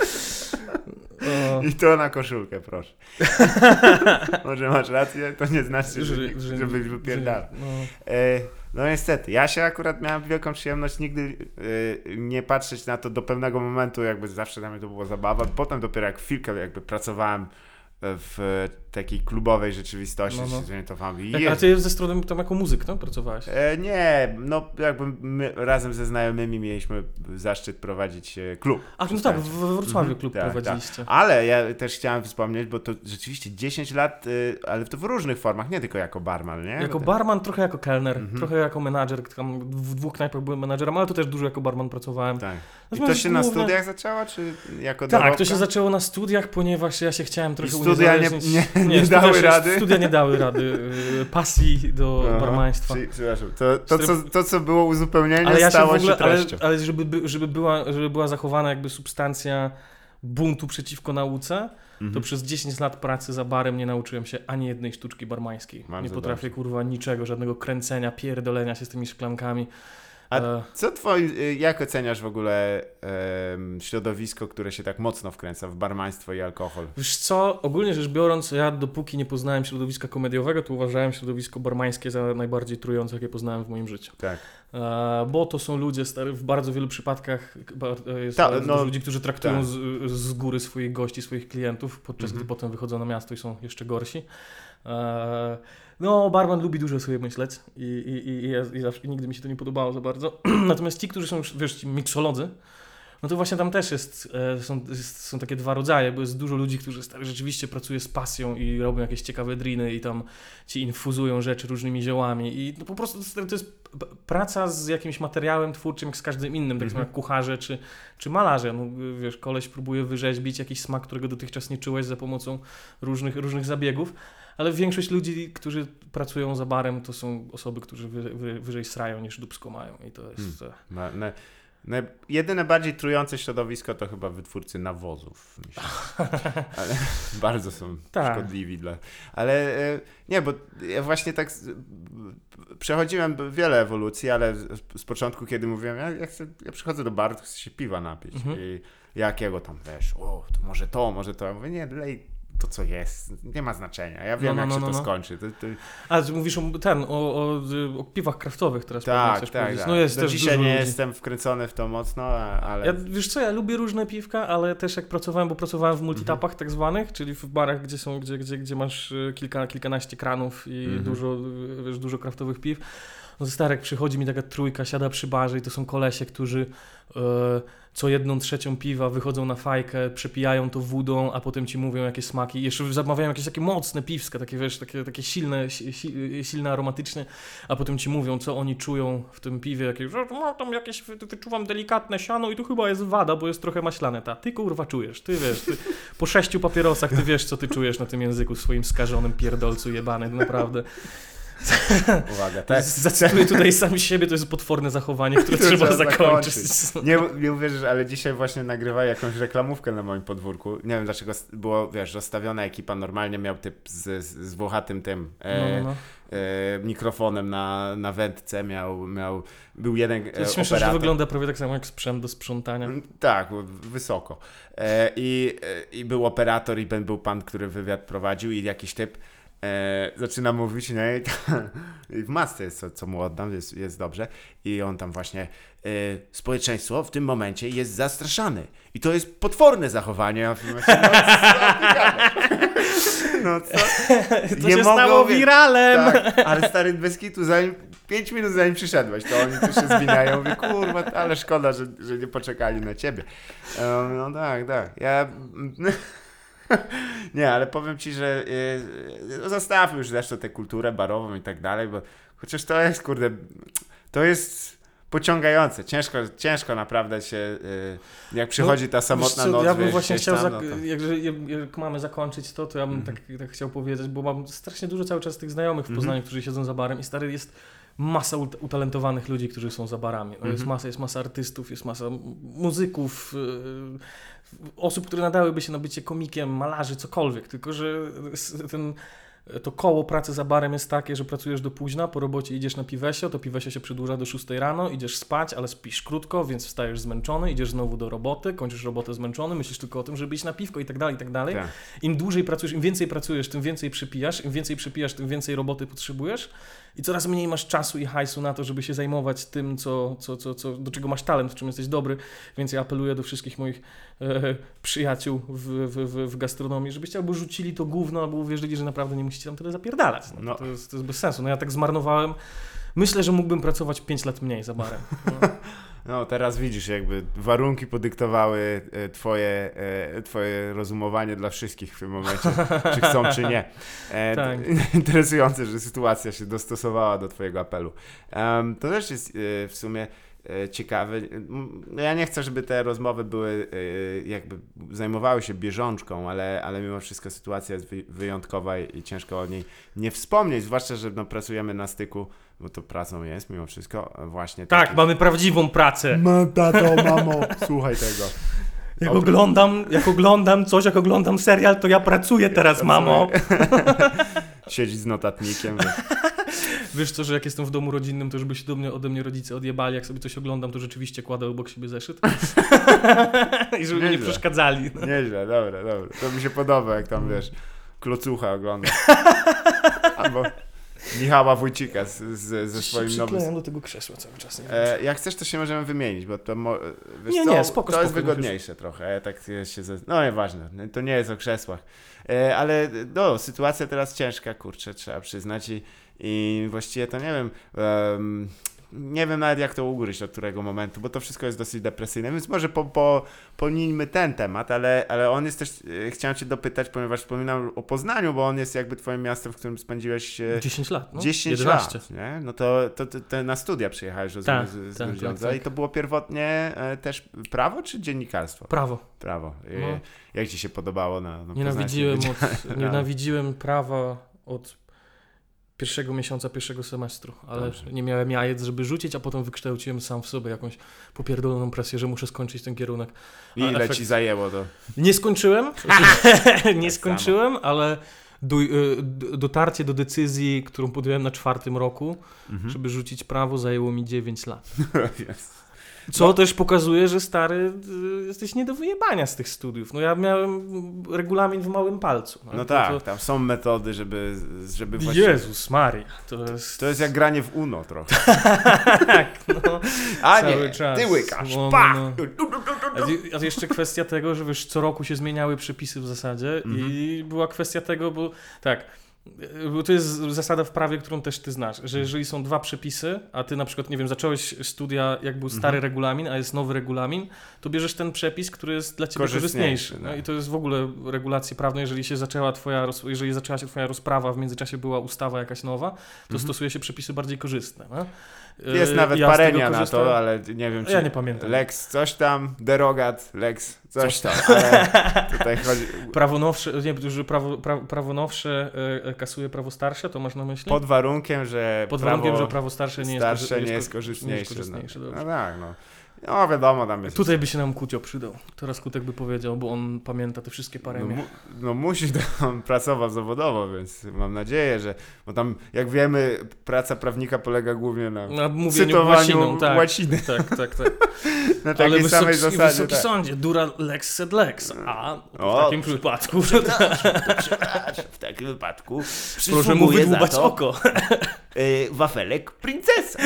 O. I to na koszulkę, proszę. Może masz rację, to nie znaczy, że, Że- że- żebyś wypierdalał. No. E, no niestety, ja się akurat miałem wielką przyjemność nigdy e, nie patrzeć na to do pewnego momentu, jakby zawsze dla mnie to była zabawa. Potem dopiero jak chwilkę jakby pracowałem w takiej klubowej rzeczywistości, No, no. się zorientowałem. I Tak, a jest- ty ze strony tam jako muzyk, no? Pracowałeś? E, nie, no jakby my razem ze znajomymi mieliśmy zaszczyt prowadzić e, klub. A, no tak, Przestańcie. w Wrocławiu Mhm, klub tak, prowadziliście. Ale ja też chciałem wspomnieć, bo to rzeczywiście dziesięć lat, y, ale to w różnych formach, nie tylko jako barman, nie? Jako Bo barman, trochę jako kelner, Mhm. trochę jako menadżer, tam w dwóch knajpach byłem menadżerem, ale to też dużo jako barman pracowałem. Tak. I to Natomiast się na głównie- studiach zaczęło, czy jako Tak, dorobka? to się zaczęło na studiach, ponieważ ja się chciałem trochę studia nie- uniezależnić. nie- nie dały studia się- rady? Studia nie dały rady, y, pasji do Aha, barmaństwa. Czyli, przepraszam, to, to, co, to co było uzupełnieniem, Ale ja się stało w ogóle, się ale, treścią. ale żeby, by, żeby, była, żeby była zachowana jakby substancja buntu przeciwko nauce, to Mhm. przez dziesięć lat pracy za barem nie nauczyłem się ani jednej sztuczki barmańskiej. Bardzo nie potrafię dobrze. kurwa niczego, żadnego kręcenia, pierdolenia się z tymi szklankami. A E, Co twoi, y, jak oceniasz w ogóle em, środowisko, które się tak mocno wkręca w barmaństwo i alkohol? Wiesz co, ogólnie rzecz biorąc, ja dopóki nie poznałem środowiska komediowego, to uważałem środowisko barmańskie za najbardziej trujące, jakie poznałem w moim życiu. Tak. E, bo to są ludzie, stary, w bardzo wielu przypadkach ba- jest Ta, bardzo no, dużo ludzi, którzy traktują tak. z, z góry swoich gości, swoich klientów, podczas Mhm. gdy potem wychodzą na miasto i są jeszcze gorsi. E, no, barman lubi dużo sobie myśleć i, i, i, i, ja, i zawsze, i nigdy mi się to nie podobało za bardzo. Natomiast ci, którzy są już, wiesz, ci miksolodzy, no to właśnie tam też jest, e, są, jest, są takie dwa rodzaje, bo jest dużo ludzi, którzy stary, rzeczywiście pracuje z pasją i robią jakieś ciekawe driny i tam ci infuzują rzeczy różnymi ziołami i no po prostu stary, to jest p- praca z jakimś materiałem twórczym jak z każdym innym, tak Mhm. samo jak kucharze czy, czy malarze. No, wiesz, koleś próbuje wyrzeźbić jakiś smak, którego dotychczas nie czułeś za pomocą różnych, różnych zabiegów. Ale większość ludzi, którzy pracują za barem, to są osoby, którzy wy, wy, wyżej srają niż dupsko mają i to jest... Hmm. Na, na, na, jedyne bardziej trujące środowisko to chyba wytwórcy nawozów. Myślę. Ale bardzo są Tak. szkodliwi dla... Ale e, nie, bo ja właśnie tak z- przechodziłem wiele ewolucji, ale z, z początku, kiedy mówiłem, ja, ja, chcę, ja przychodzę do baru, to chcę się piwa napić. Mhm. I jakiego tam, wiesz, o, to może to, może to. Ja mówię, nie, lej to, co jest. Nie ma znaczenia. Ja wiem, No, no, jak no, się no, to no. skończy. To, to... A, ty mówisz o, ten, o, o, o piwach kraftowych teraz pewnie Tak, chcesz tak, powiedzieć. tak. No jest Do też dzisiaj dużo nie ludzi. jestem wkręcony w to mocno, a- ale... Ja, wiesz co, ja lubię różne piwka, ale też jak pracowałem, bo pracowałem w multitapach tak zwanych, czyli w barach, gdzie są, gdzie, gdzie, gdzie masz y, kilka, kilkanaście kranów i Mhm. dużo, y, wiesz, dużo kraftowych piw. No to stary, jak przychodzi mi taka trójka, siada przy barze i to są kolesie, którzy y, co jedną trzecią piwa wychodzą na fajkę, przepijają to wódą, a potem ci mówią jakie smaki. Jeszcze zamawiają jakieś takie mocne piwska, takie wiesz, takie, takie silne, si, si, silne, aromatyczne, a potem ci mówią, co oni czują w tym piwie, jakieś, że no, tam jakieś, wy- wyczuwam delikatne siano i tu chyba jest wada, bo jest trochę maślane. Ta, ty kurwa czujesz, ty wiesz, ty, po sześciu papierosach ty wiesz, co ty czujesz na tym języku swoim skażonym pierdolcu jebany, naprawdę. Uwaga, tak. Zacytuję tutaj sam siebie, to jest potworne zachowanie, które To trzeba trzeba zakończyć. Nie, nie uwierzysz, ale dzisiaj właśnie nagrywali jakąś reklamówkę na moim podwórku. Nie wiem dlaczego było, wiesz, rozstawiona ekipa, normalnie miał typ z, z włochatym tym e, No, no. e, mikrofonem na, na wędce, miał, miał, był jeden e, To jest śmieszne, że operator. wygląda prawie tak samo jak sprzęt do sprzątania. Tak, wysoko. E, i, e, I był operator i ben był pan, który wywiad prowadził i jakiś typ E, zaczyna mówić, nie? I, to, i w masce jest, co, co mu oddam, jest, jest dobrze. I on tam właśnie, e, społeczeństwo w tym momencie jest zastraszane. I to jest potworne zachowanie. Ja myślę, no co? To nie się stało wiralem. Tak, ale stary, bez kitu, zanim, pięć minut zanim przyszedłeś, to oni tu się zmieniają. Mówię, kurwa, ale szkoda, że, że nie poczekali na ciebie. E, no tak, tak. Ja... Nie, ale powiem ci, że yy, zostawmy już zresztą tę kulturę barową i tak dalej, bo chociaż to jest, kurde, to jest pociągające. Ciężko, ciężko naprawdę się, yy, jak przychodzi ta samotna co, noc. Ja bym wiesz, właśnie chciał, tam, zak- no to... jak, jak, jak mamy zakończyć to, to ja bym mm-hmm. tak, tak chciał powiedzieć, bo mam strasznie dużo cały czas tych znajomych w Poznaniu, mm-hmm. którzy siedzą za barem i stary jest masa ut- utalentowanych ludzi, którzy są za barami. No, mm-hmm. Jest masa, jest masa artystów, jest masa muzyków, yy, osób, które nadałyby się na bycie komikiem, malarzy, cokolwiek, tylko że ten, to koło pracy za barem jest takie, że pracujesz do późna, po robocie idziesz na piwesio, to piwesio się przedłuża do szóstej rano, idziesz spać, ale spisz krótko, więc wstajesz zmęczony, idziesz znowu do roboty, kończysz robotę zmęczony, myślisz tylko o tym, żeby iść na piwko i tak dalej, i tak dalej. Im dłużej pracujesz, im więcej pracujesz, tym więcej przypijasz, im więcej przypijasz, tym więcej roboty potrzebujesz i coraz mniej masz czasu i hajsu na to, żeby się zajmować tym, co, co, co, co, do czego masz talent, w czym jesteś dobry, więc ja apeluję do wszystkich moich e, przyjaciół w, w, w, w gastronomii, żebyście albo rzucili to gówno, albo uwierzyli, że naprawdę nie musicie tam tyle zapierdalać. No, no. To, jest, to jest bez sensu. No ja tak zmarnowałem. Myślę, że mógłbym pracować pięć lat mniej za barem. No. No teraz widzisz, jakby warunki podyktowały e, twoje, e, twoje rozumowanie dla wszystkich w tym momencie, czy chcą, czy nie. E, tak. Interesujące, że sytuacja się dostosowała do twojego apelu. Um, to też jest e, w sumie e, ciekawe. Ja nie chcę, żeby te rozmowy były e, jakby zajmowały się bieżączką, ale, ale mimo wszystko sytuacja jest wy, wyjątkowa i, i ciężko o niej nie wspomnieć, zwłaszcza, że no, pracujemy na styku, bo to pracą jest mimo wszystko właśnie. Tak, taki... mamy prawdziwą pracę. Ma, tato, mamo, słuchaj tego. Jak oglądam, jak oglądam coś, jak oglądam serial, to ja pracuję teraz, mamo. Siedzieć z notatnikiem. Wiesz co, że jak jestem w domu rodzinnym, to żeby się do mnie, ode mnie rodzice odjebali, jak sobie coś oglądam, to rzeczywiście kładę obok siebie zeszyt. I żeby mi nie przeszkadzali. No. Nieźle, dobra, dobra. To mi się podoba, jak tam, wiesz, Klocucha ogląda. Albo Michała Wójcika z, z, ze swoim nowym... Się do tego krzesła cały czas. E, jak chcesz, to się możemy wymienić, bo to, mo... wiesz nie, co? nie, spoko, to spoko, jest wygodniejsze trochę. Ja tak się ze... No nieważne, to nie jest o krzesłach. E, ale no, sytuacja teraz ciężka, kurczę, trzeba przyznać i, i właściwie to nie wiem... Um, nie wiem nawet jak to ugryźć od którego momentu, bo to wszystko jest dosyć depresyjne, więc może po, po, pominijmy ten temat, ale, ale on jest też, e, chciałem cię dopytać, ponieważ wspominam o Poznaniu, bo on jest jakby twoim miastem, w którym spędziłeś e, dziesięć lat, no? dziesięć lat, nie? No to, to, to, to na studia przyjechałeś, rozumiem, tak, z, z tak, Grudziądza tak, tak. I to było pierwotnie e, też prawo czy dziennikarstwo? Prawo. Prawo. E, no. Jak ci się podobało na, na nienawidziłem, od, nienawidziłem prawa od pierwszego miesiąca, pierwszego semestru, ale Dobrze. nie miałem jajec, żeby rzucić, a potem wykształciłem sam w sobie jakąś popierdoloną presję, że muszę skończyć ten kierunek. I ile efekt... ci zajęło to? Nie skończyłem, nie skończyłem, ale do, dotarcie do decyzji, którą podjąłem na czwartym roku, mhm. żeby rzucić prawo, zajęło mi dziewięć lat. Yes. Co no. też pokazuje, że stary, jesteś nie do wyjebania z tych studiów. No ja miałem regulamin w małym palcu. No, no tak, to... tam są metody, żeby... żeby właśnie... Jezus Maria. To jest... to jest jak granie w Uno trochę. Tak, no. A cały nie, czas. ty łykasz, no, pach! No. A, a jeszcze kwestia tego, że wiesz, co roku się zmieniały przepisy w zasadzie mhm. i była kwestia tego, bo tak... Bo to jest zasada w prawie, którą też ty znasz, że jeżeli są dwa przepisy, a ty na przykład, nie wiem, zacząłeś studia, jak był stary mhm. regulamin, a jest nowy regulamin, to bierzesz ten przepis, który jest dla ciebie korzystniejszy. No. No i to jest w ogóle regulacje prawne, jeżeli się zaczęła twoja, jeżeli zaczęła się twoja rozprawa, w międzyczasie była ustawa jakaś nowa, to mhm. stosuje się przepisy bardziej korzystne. No? Jest nawet ja parenia na to, ale nie wiem, czy ja nie pamiętam. Lex coś tam, derogat, Lex coś tam, ale tutaj chodzi... Prawo nowsze, nie, że prawo, prawo, prawo nowsze e, kasuje prawo starsze, to masz na myśli? Pod warunkiem, że Pod prawo warunkiem, że prawo starsze nie starsze jest, nie jest, jest korzystniejsze. Nie jest korzystniejsze no. no tak, no. No wiadomo, tam jest... Tutaj by się nam Kucio przydał. Teraz Kutek by powiedział, bo on pamięta te wszystkie paremie. No, mu, no musi tam pracować zawodowo, więc mam nadzieję, że... Bo tam, jak wiemy, praca prawnika polega głównie na, na mówieniu cytowaniu łaciną, tak, łaciny. Tak, tak, tak. Na takiej Ale samej wysoki, zasadzie. wysoki tak. sądzie, dura lex sed lex. A w o, takim przypadku... Przepraszam, przepraszam, w takim wypadku proszę mu wydłubać oko. Y, wafelek princesa.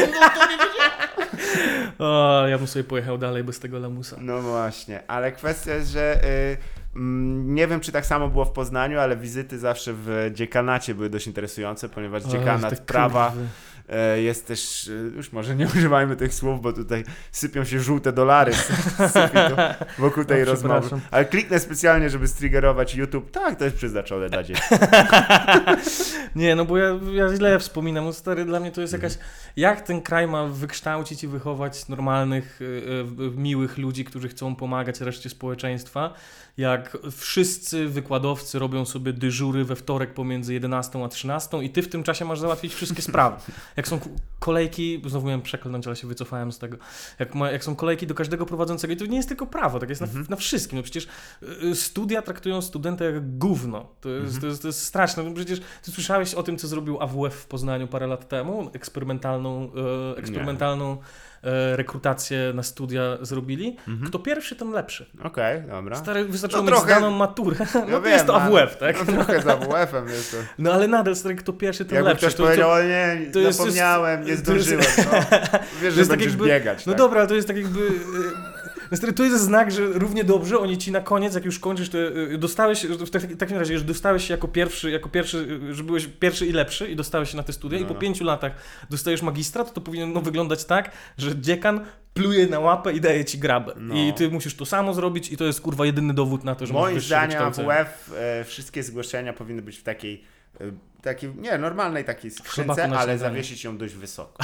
O, ja bym sobie pojechał dalej bez tego lamusa. No właśnie, ale kwestia jest, że y, mm, nie wiem, czy tak samo było w Poznaniu, ale wizyty zawsze w dziekanacie były dość interesujące, ponieważ dziekanat prawa y, jest też, y, już może nie używajmy tych słów, bo tutaj sypią się żółte dolary z, z sufitu wokół tej no, rozmowy. Ale kliknę specjalnie, żeby striggerować YouTube. Tak, to jest przeznaczone dla dzieci. Nie, no bo ja, ja źle wspominam, no stary, dla mnie to jest jakaś... Jak ten kraj ma wykształcić i wychować normalnych, y, y, miłych ludzi, którzy chcą pomagać reszcie społeczeństwa, jak wszyscy wykładowcy robią sobie dyżury we wtorek pomiędzy jedenastą a trzynastą i ty w tym czasie masz załatwić wszystkie sprawy. Jak są kolejki, znowu miałem przekląć, ale się wycofałem z tego, jak, ma, jak są kolejki do każdego prowadzącego i to nie jest tylko prawo, tak jest na, mhm. na wszystkim. No przecież y, studia traktują studenta jak gówno. To jest, mhm. to jest, to jest straszne. No przecież ty słyszałeś o tym, co zrobił A W F w Poznaniu parę lat temu? Eksperymentalną, e, eksperymentalną e, rekrutację na studia zrobili. Mhm. Kto pierwszy, ten lepszy. Okej, okay, dobra. Stary, wystarczyło no mieć trochę... zdaną maturę. No ja to wiem, jest to A W F, tak? No, no trochę z A W F-em jest to. No ale nadal, stary, kto pierwszy, ten Jakby lepszy. ktoś to, powiedział, to, o nie, to jest, zapomniałem, nie zdążyłem. jest, no. Wiesz, że tak będziesz jakby, biegać. No tak? dobra, ale to jest tak jakby... No stary, to jest znak, że równie dobrze oni ci na koniec, jak już kończysz, to dostałeś, w takim razie, że dostałeś się jako pierwszy, jako pierwszy, że byłeś pierwszy i lepszy i dostałeś się na te studia no. i po pięciu latach dostajesz magistrat, to powinno wyglądać tak, że dziekan pluje na łapę i daje ci grabę. No. I ty musisz to samo zrobić i to jest kurwa jedyny dowód na to, że moim masz zdaniem A W F e, wszystkie zgłoszenia powinny być w takiej e, takiej, nie, normalnej takiej skrzynce, ale zawiesić ją dość wysoko.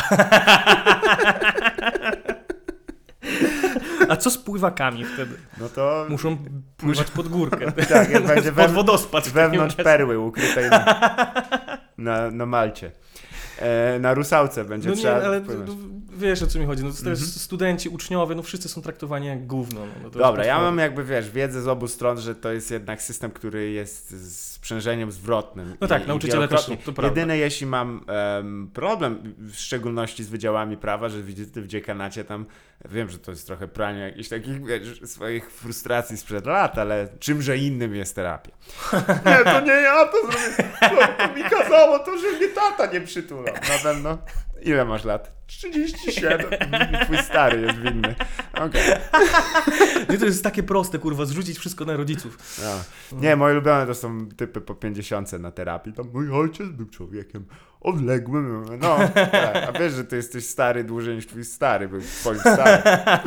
A co z pływakami wtedy? No to... Muszą pływać pod górkę. Tak, jak będzie pod wodospad. Wewnątrz perły ukrytej na, na, na Malcie. E, na Rusałce będzie no trzeba... Nie, ale no, wiesz, o co mi chodzi. No, to jest studenci, uczniowie, no wszyscy są traktowani jak gówno. No, to Dobra, ja mam jakby, wiesz, wiedzę z obu stron, że to jest jednak system, który jest sprzężeniem zwrotnym. No tak, i, nauczyciele też są, to prawda. Jedyne, jeśli mam um, problem, w szczególności z wydziałami prawa, że wizyty w dziekanacie tam, wiem, że to jest trochę pranie jakichś takich, wiesz, swoich frustracji sprzed lat, ale czymże innym jest terapia. Nie, to nie ja to zrobię. To, to mi kazało to, że mnie tata nie przytulał. Na pewno. Ile masz lat? trzydzieści siedem. Twój stary jest winny. Okej. Okay. To jest takie proste, kurwa, zrzucić wszystko na rodziców. No. Nie, moje ulubione to są typy po pięćdziesiątce na terapii. Tam mój ojciec był człowiekiem odległym. No, tak. A wiesz, że ty jesteś stary dłużej niż twój stary był twoim starym.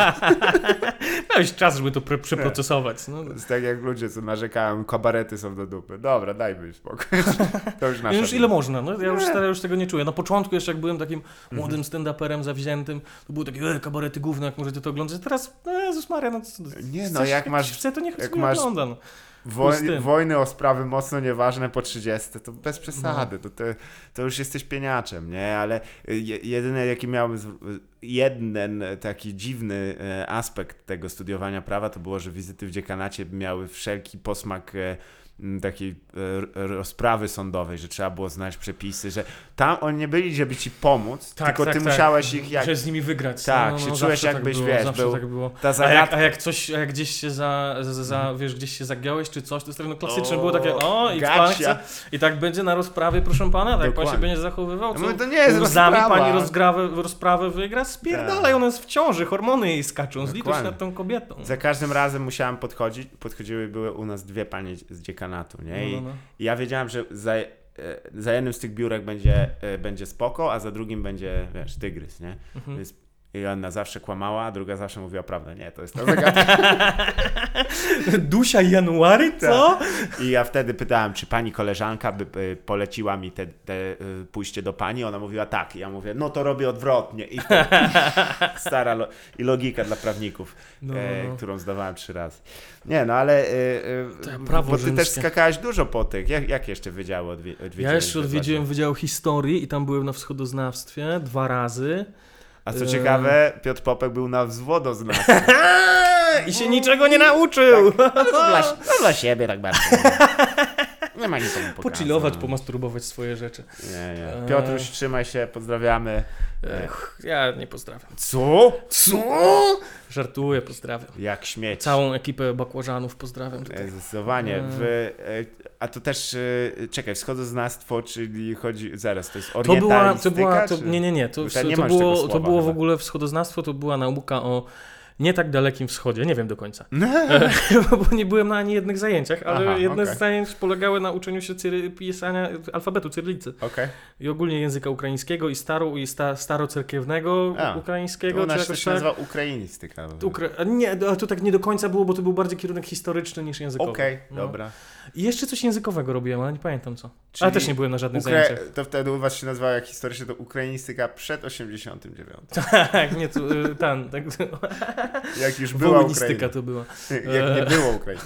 Miałeś czas, żeby to pre- przeprocesować. No. To jest tak jak ludzie, co narzekają, kabarety są do dupy. Dobra, daj mi spokój. To już nasza. Już ile można, no? Ja już, stary, już tego nie czuję. Na początku jeszcze jak byłem takim młodym stand-uperem zawziętym, to były takie, e, kabarety gówno, jak możecie to oglądać. Teraz, no Jezus Maria, no co, nie no, jak masz... Chce, to niech jak sobie masz... ogląda. No. Woj, wojny o sprawy mocno nieważne po trzydziestce, to bez przesady, no. to, to, to już jesteś pieniaczem, nie? Ale je, jedyne jaki miałem, z, jeden taki dziwny aspekt tego studiowania prawa to było, że wizyty w dziekanacie miały wszelki posmak takiej rozprawy sądowej, że trzeba było znać przepisy, że tam oni nie byli, żeby ci pomóc, tak, tylko tak, ty tak. musiałeś ich jak... Że z nimi wygrać. Tak, no, no, się no, czułeś jakbyś, tak wiesz, zawsze był tak było. ta zagadka... a, jak, a jak coś, a jak gdzieś się za, za, za mm. wiesz, gdzieś się zagiąłeś czy coś, to jest no, klasyczne, o, było takie, o, i pan chce, i tak będzie na rozprawie, proszę pana, tak pan się będzie zachowywał, co no, to nie jest łzami rozprawa. Pani rozgrawę, rozprawę wygra, spierdalaj, ona jest w ciąży, hormony jej skaczą, zlituj nad tą kobietą. Za każdym razem musiałem podchodzić, podchodziły, były u nas dwie panie z dziekanatu, nie? I, no, no, no. i ja wiedziałem, że za, za jednym z tych biurek będzie, będzie spoko, a za drugim będzie, wiesz, tygrys, nie? Mhm. Więc I ona zawsze kłamała, a druga zawsze mówiła prawdę. Nie, to jest ta zagadka. Dusia January, co? Tak. I ja wtedy pytałem, czy pani koleżanka by y, poleciła mi te, te y, pójście do pani. Ona mówiła tak. I ja mówię, no to robię odwrotnie. I to, stara lo, i logika dla prawników, no. e, którą zdawałem trzy razy. Nie, no ale y, y, prawo bo ty rzymskie. też skakałeś dużo po tych. Jak, jak jeszcze wydziały odwie, odwiedziłeś? Ja jeszcze odwiedziłem Wydział Historii i tam byłem na wschodoznawstwie dwa razy. A co ciekawe, Piotr Popek był na wzwodoznawstwie. I się niczego nie nauczył. Tak. No, to, dla, to dla siebie tak bardzo. Nie ma nikomu pokazać. Pochillować, pomasturbować swoje rzeczy. Nie, nie. Piotruś, trzymaj się, pozdrawiamy. Ech, ja nie pozdrawiam. Co? Co? Żartuję, pozdrawiam. Jak śmieć. Całą ekipę bakłażanów pozdrawiam tutaj. Zdecydowanie. W, a to też, czekaj, wschodoznawstwo, czyli chodzi, zaraz, to jest orientalistyka? To była, to była, to, nie, nie, nie, to, nie to, było, słowa, to było w chyba. ogóle wschodoznawstwo, to była nauka o nie tak dalekim wschodzie, nie wiem do końca, bo nie byłem na ani jednych zajęciach, ale Aha, jedne okay. z zajęć polegały na uczeniu się cyry, pisania alfabetu cyrylicy. Okay. I ogólnie języka ukraińskiego i, staro, i sta, starocerkiewnego A, ukraińskiego. To u nas czy to się tak? nazywa ukrainistyka. Ukra... Nie, to tak nie do końca było, bo to był bardziej kierunek historyczny niż językowy. Okej, okay, no. dobra. I jeszcze coś językowego robiłem, ale nie pamiętam co. Czyli ale też nie byłem na żadnych Ukra... zajęciach. To wtedy u was się nazywała jak historycznie, to ukrainistyka przed osiemdziesiątym dziewiątym. Tak, nie, to ten, tak. Jak już była Ukraina. to była. Jak nie było Ukrainy.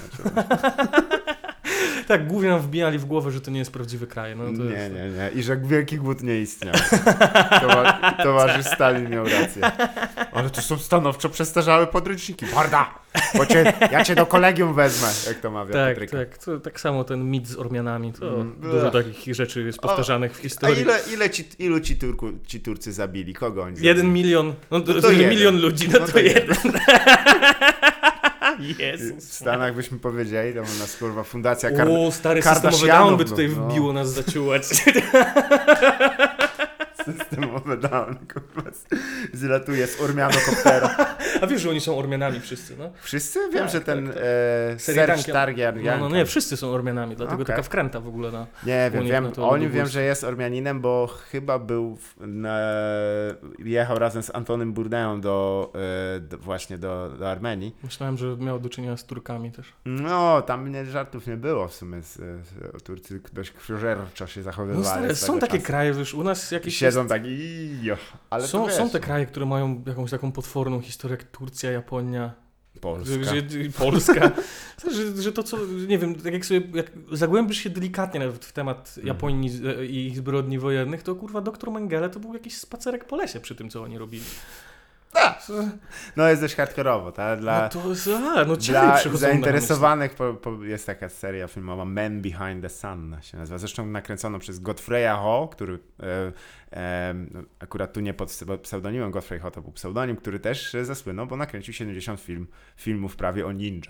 Tak, głównie nam wbijali w głowę, że to nie jest prawdziwy kraj. No, to nie, jest... nie, nie. I że Wielki Głód nie istniał. Towa- towarzysz Stalin miał rację. Ale to są stanowczo przestarzałe podręczniki. Barda! Bo cię, ja cię do kolegium wezmę, jak to mawia Tak, Patryka. tak. To, tak samo ten mit z Ormianami. To Mm, dużo ech. takich rzeczy jest powtarzanych w A historii. ile, ile ci, ilu ci, Turku, ci Turcy zabili? Kogo oni zabili? Jeden milion. No to, No to to jeden. milion ludzi, no, No to, to jeden. Jezus. W Stanach byśmy powiedzieli, tam u nas kurwa fundacja Kar- O, stary Kardashianów, systemowy down by tutaj no. wbiło nas zaciułać. Systemowy down, kurwa, zlatuje z Ormianokoptera. A wiesz, że oni są Ormianami wszyscy, no? Wszyscy? Wiem, Tak, że ten tak, tak. e, Seritankiem. Serge Targaryen. No, no nie, wszyscy są Ormianami, dlatego Okay. taka wkręta w ogóle na... Nie wiem, nich, wiem no to o nim ludobójstwo. wiem, że jest Ormianinem, bo chyba był, w, na, jechał razem z Antonym Bourdain do, e, do, właśnie do, do Armenii. Myślałem, że miał do czynienia z Turkami też. No, tam nie, żartów nie było w sumie. Z, z, Turcy dość krwiożerczo się zachowywali. No stary, są takie czasu. kraje, wiesz, u nas jakieś... Siedzą jest... tak i jo, ale są, to wiesz, są te kraje, które mają jakąś taką potworną historię, jak Turcja, Japonia, Polska. że, że, Polska. że, że to co, nie wiem, tak jak sobie, jak zagłębisz się delikatnie nawet w temat Mhm. Japonii z- i ich zbrodni wojennych, to kurwa doktor Mengele to był jakiś spacerek po lesie przy tym, co oni robili. Tak. No jest dość hardkorowo, tak? Dla, No to jest, a, no ciary dla przychodzą na zainteresowanych po, po, jest taka seria filmowa Man Behind the Sun się nazywa. Zresztą nakręcono przez Godfreya Ho, który e, e, akurat tu nie pod pseudonimem Godfrey Ho, to był pseudonim, który też zasłynął, bo nakręcił siedemdziesiąt film, filmów prawie o ninja.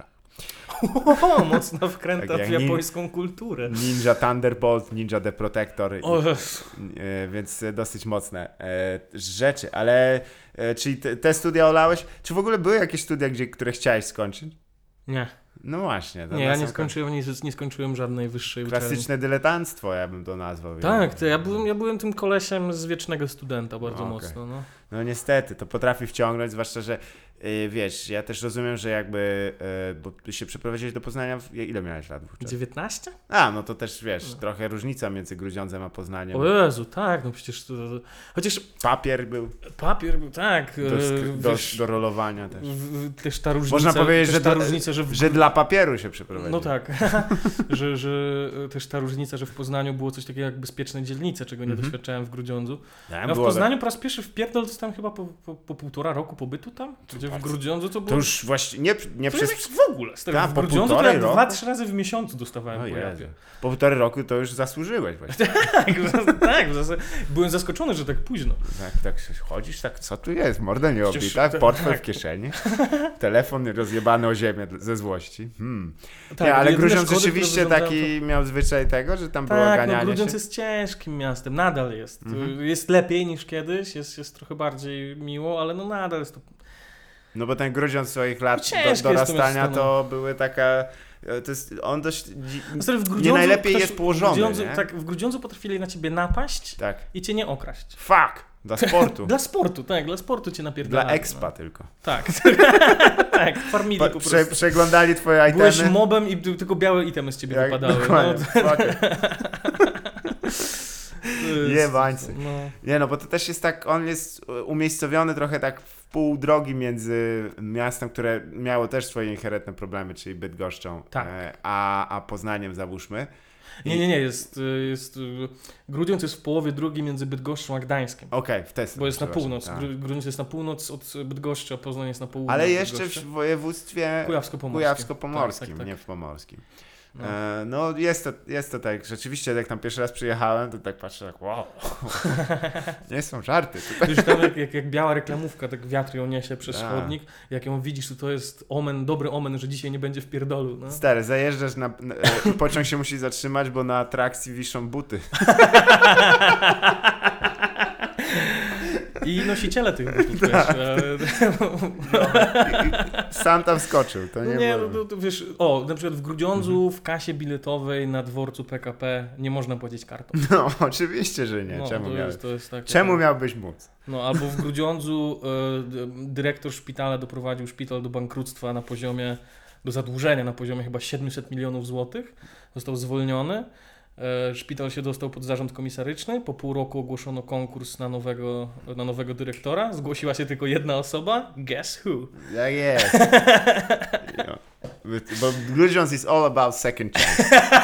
O, mocno wkręta Tak jak w japońską kulturę. Ninja Thunderbolt, Ninja The Protector, O, i, e, więc dosyć mocne e, rzeczy, ale e, czyli te, te studia olałeś? Czy w ogóle były jakieś studia, gdzie, które chciałeś skończyć? nie, No właśnie. To nie, na ja nie sam skończyłem, nie, nie skończyłem żadnej wyższej uczelni. Klasyczne dyletanctwo, ja bym to nazwał. Tak, to ja, byłem, ja byłem tym kolesiem z wiecznego studenta bardzo No, okay. mocno. No. No niestety, to potrafi wciągnąć, zwłaszcza, że yy, wiesz, ja też rozumiem, że jakby, yy, bo ty się przeprowadziłeś do Poznania, w, ile miałeś lat wówczas? dziewiętnaście? A, no to też wiesz, No. trochę różnica między Grudziądzem a Poznaniem. O Jezu, tak, no przecież to, to, chociaż Papier był papier był, tak, do, sk- do, wiesz, do rolowania też. w, w, też ta różnica, Można powiedzieć, też że, ta do, różnica, że, w, że dla papieru się przeprowadził. no tak, że, że też ta różnica, że w Poznaniu było coś takiego jak bezpieczne dzielnice, czego nie Mhm. doświadczałem w Grudziądzu. Tam Ja w było Poznaniu po raz pierwszy w pierdol dostałem chyba po, po, po półtora roku pobytu tam, gdzie w bardzo- Grudziądzu to To było... już właśnie, nie, nie to przez... jest w ogóle, stary, Tak, w po Grudziądzu to półtorej ja roku? dwa, trzy razy w miesiącu dostawałem O po Jezu. japie. Po półtorej roku to już zasłużyłeś właśnie. Tak, w zas- tak, w zasadzie byłem zaskoczony, że tak późno. Tak, tak się chodzisz, tak, co tu jest? Morda nie Przecież obita, to- portfel w tak. kieszeni, telefon rozjebany o ziemię ze złości. Hmm. Tak, nie, ale jedyne Grudziądz szkody, rzeczywiście które taki miał zwyczaj tego, że tam było Tak, no ganianie Grudziądz się. jest ciężkim miastem, nadal jest. Mhm. Jest lepiej niż kiedyś, jest, jest trochę bardziej miło, ale no nadal jest to... No bo ten Grudziądz swoich lat Ciężkie do, jest to dorastania miasto, no. to były taka... To jest, on dość... dzi- No stary, w Nie Grudziądzu najlepiej ktoś- jest położony, w Grudziądzu, nie? Tak, w Grudziądzu potrafili na ciebie napaść Tak. i cię nie okraść. Fuck! Dla sportu. Dla sportu, tak, dla sportu cię napierdalali. Dla expa no. tylko. Tak, tak, farmili po, po prostu. Prze, przeglądali twoje itemy. Byłeś mobem i tylko białe itemy z ciebie Jak, wypadały. No. Jebańcy. No. Nie no, bo to też jest tak, on jest umiejscowiony trochę tak w pół drogi między miastem, które miało też swoje inherentne problemy, czyli Bydgoszczą, tak. a, a Poznaniem, załóżmy. Nie, nie, nie, jest, jest Grudziądz jest w połowie drogi między Bydgoszczą a Gdańskiem. Okej, okay, w tę stronę. Bo jest na północ. Tak. Grudziądz jest na północ od Bydgoszczy, a Poznań jest na południe. Ale jeszcze w województwie kujawsko-pomorskim, kujawsko-pomorskim tak, tak, tak. nie w pomorskim. No, e, no jest, to, jest to tak, rzeczywiście jak tam pierwszy raz przyjechałem, to tak patrzę tak wow, nie są żarty. Już tam jak, jak, jak biała reklamówka, tak wiatr ją niesie przez A. chodnik, jak ją widzisz, to to jest omen, dobry omen, że dzisiaj nie będzie w pierdolu. No. Stary, zajeżdżasz na, na e, pociąg się musi zatrzymać, bo na atrakcji wiszą buty. I nosiciele tych butów też. No, sam tam wskoczył, to nie, nie no, to, wiesz, o, na przykład w Grudziądzu w kasie biletowej na dworcu P K P nie można płacić kartą. No, oczywiście, że nie. No, Czemu, to miałeś? jest, to jest takie, Czemu tak... miałbyś móc? No, albo w Grudziądzu y, dyrektor szpitala doprowadził szpital do bankructwa na poziomie, do zadłużenia na poziomie chyba siedemset milionów złotych. Został zwolniony. Szpital się dostał pod zarząd komisaryczny. Po pół roku ogłoszono konkurs na nowego, na nowego dyrektora. Zgłosiła się tylko jedna osoba. Guess who? Tak jest. Bo Grudziądz is all about second chance.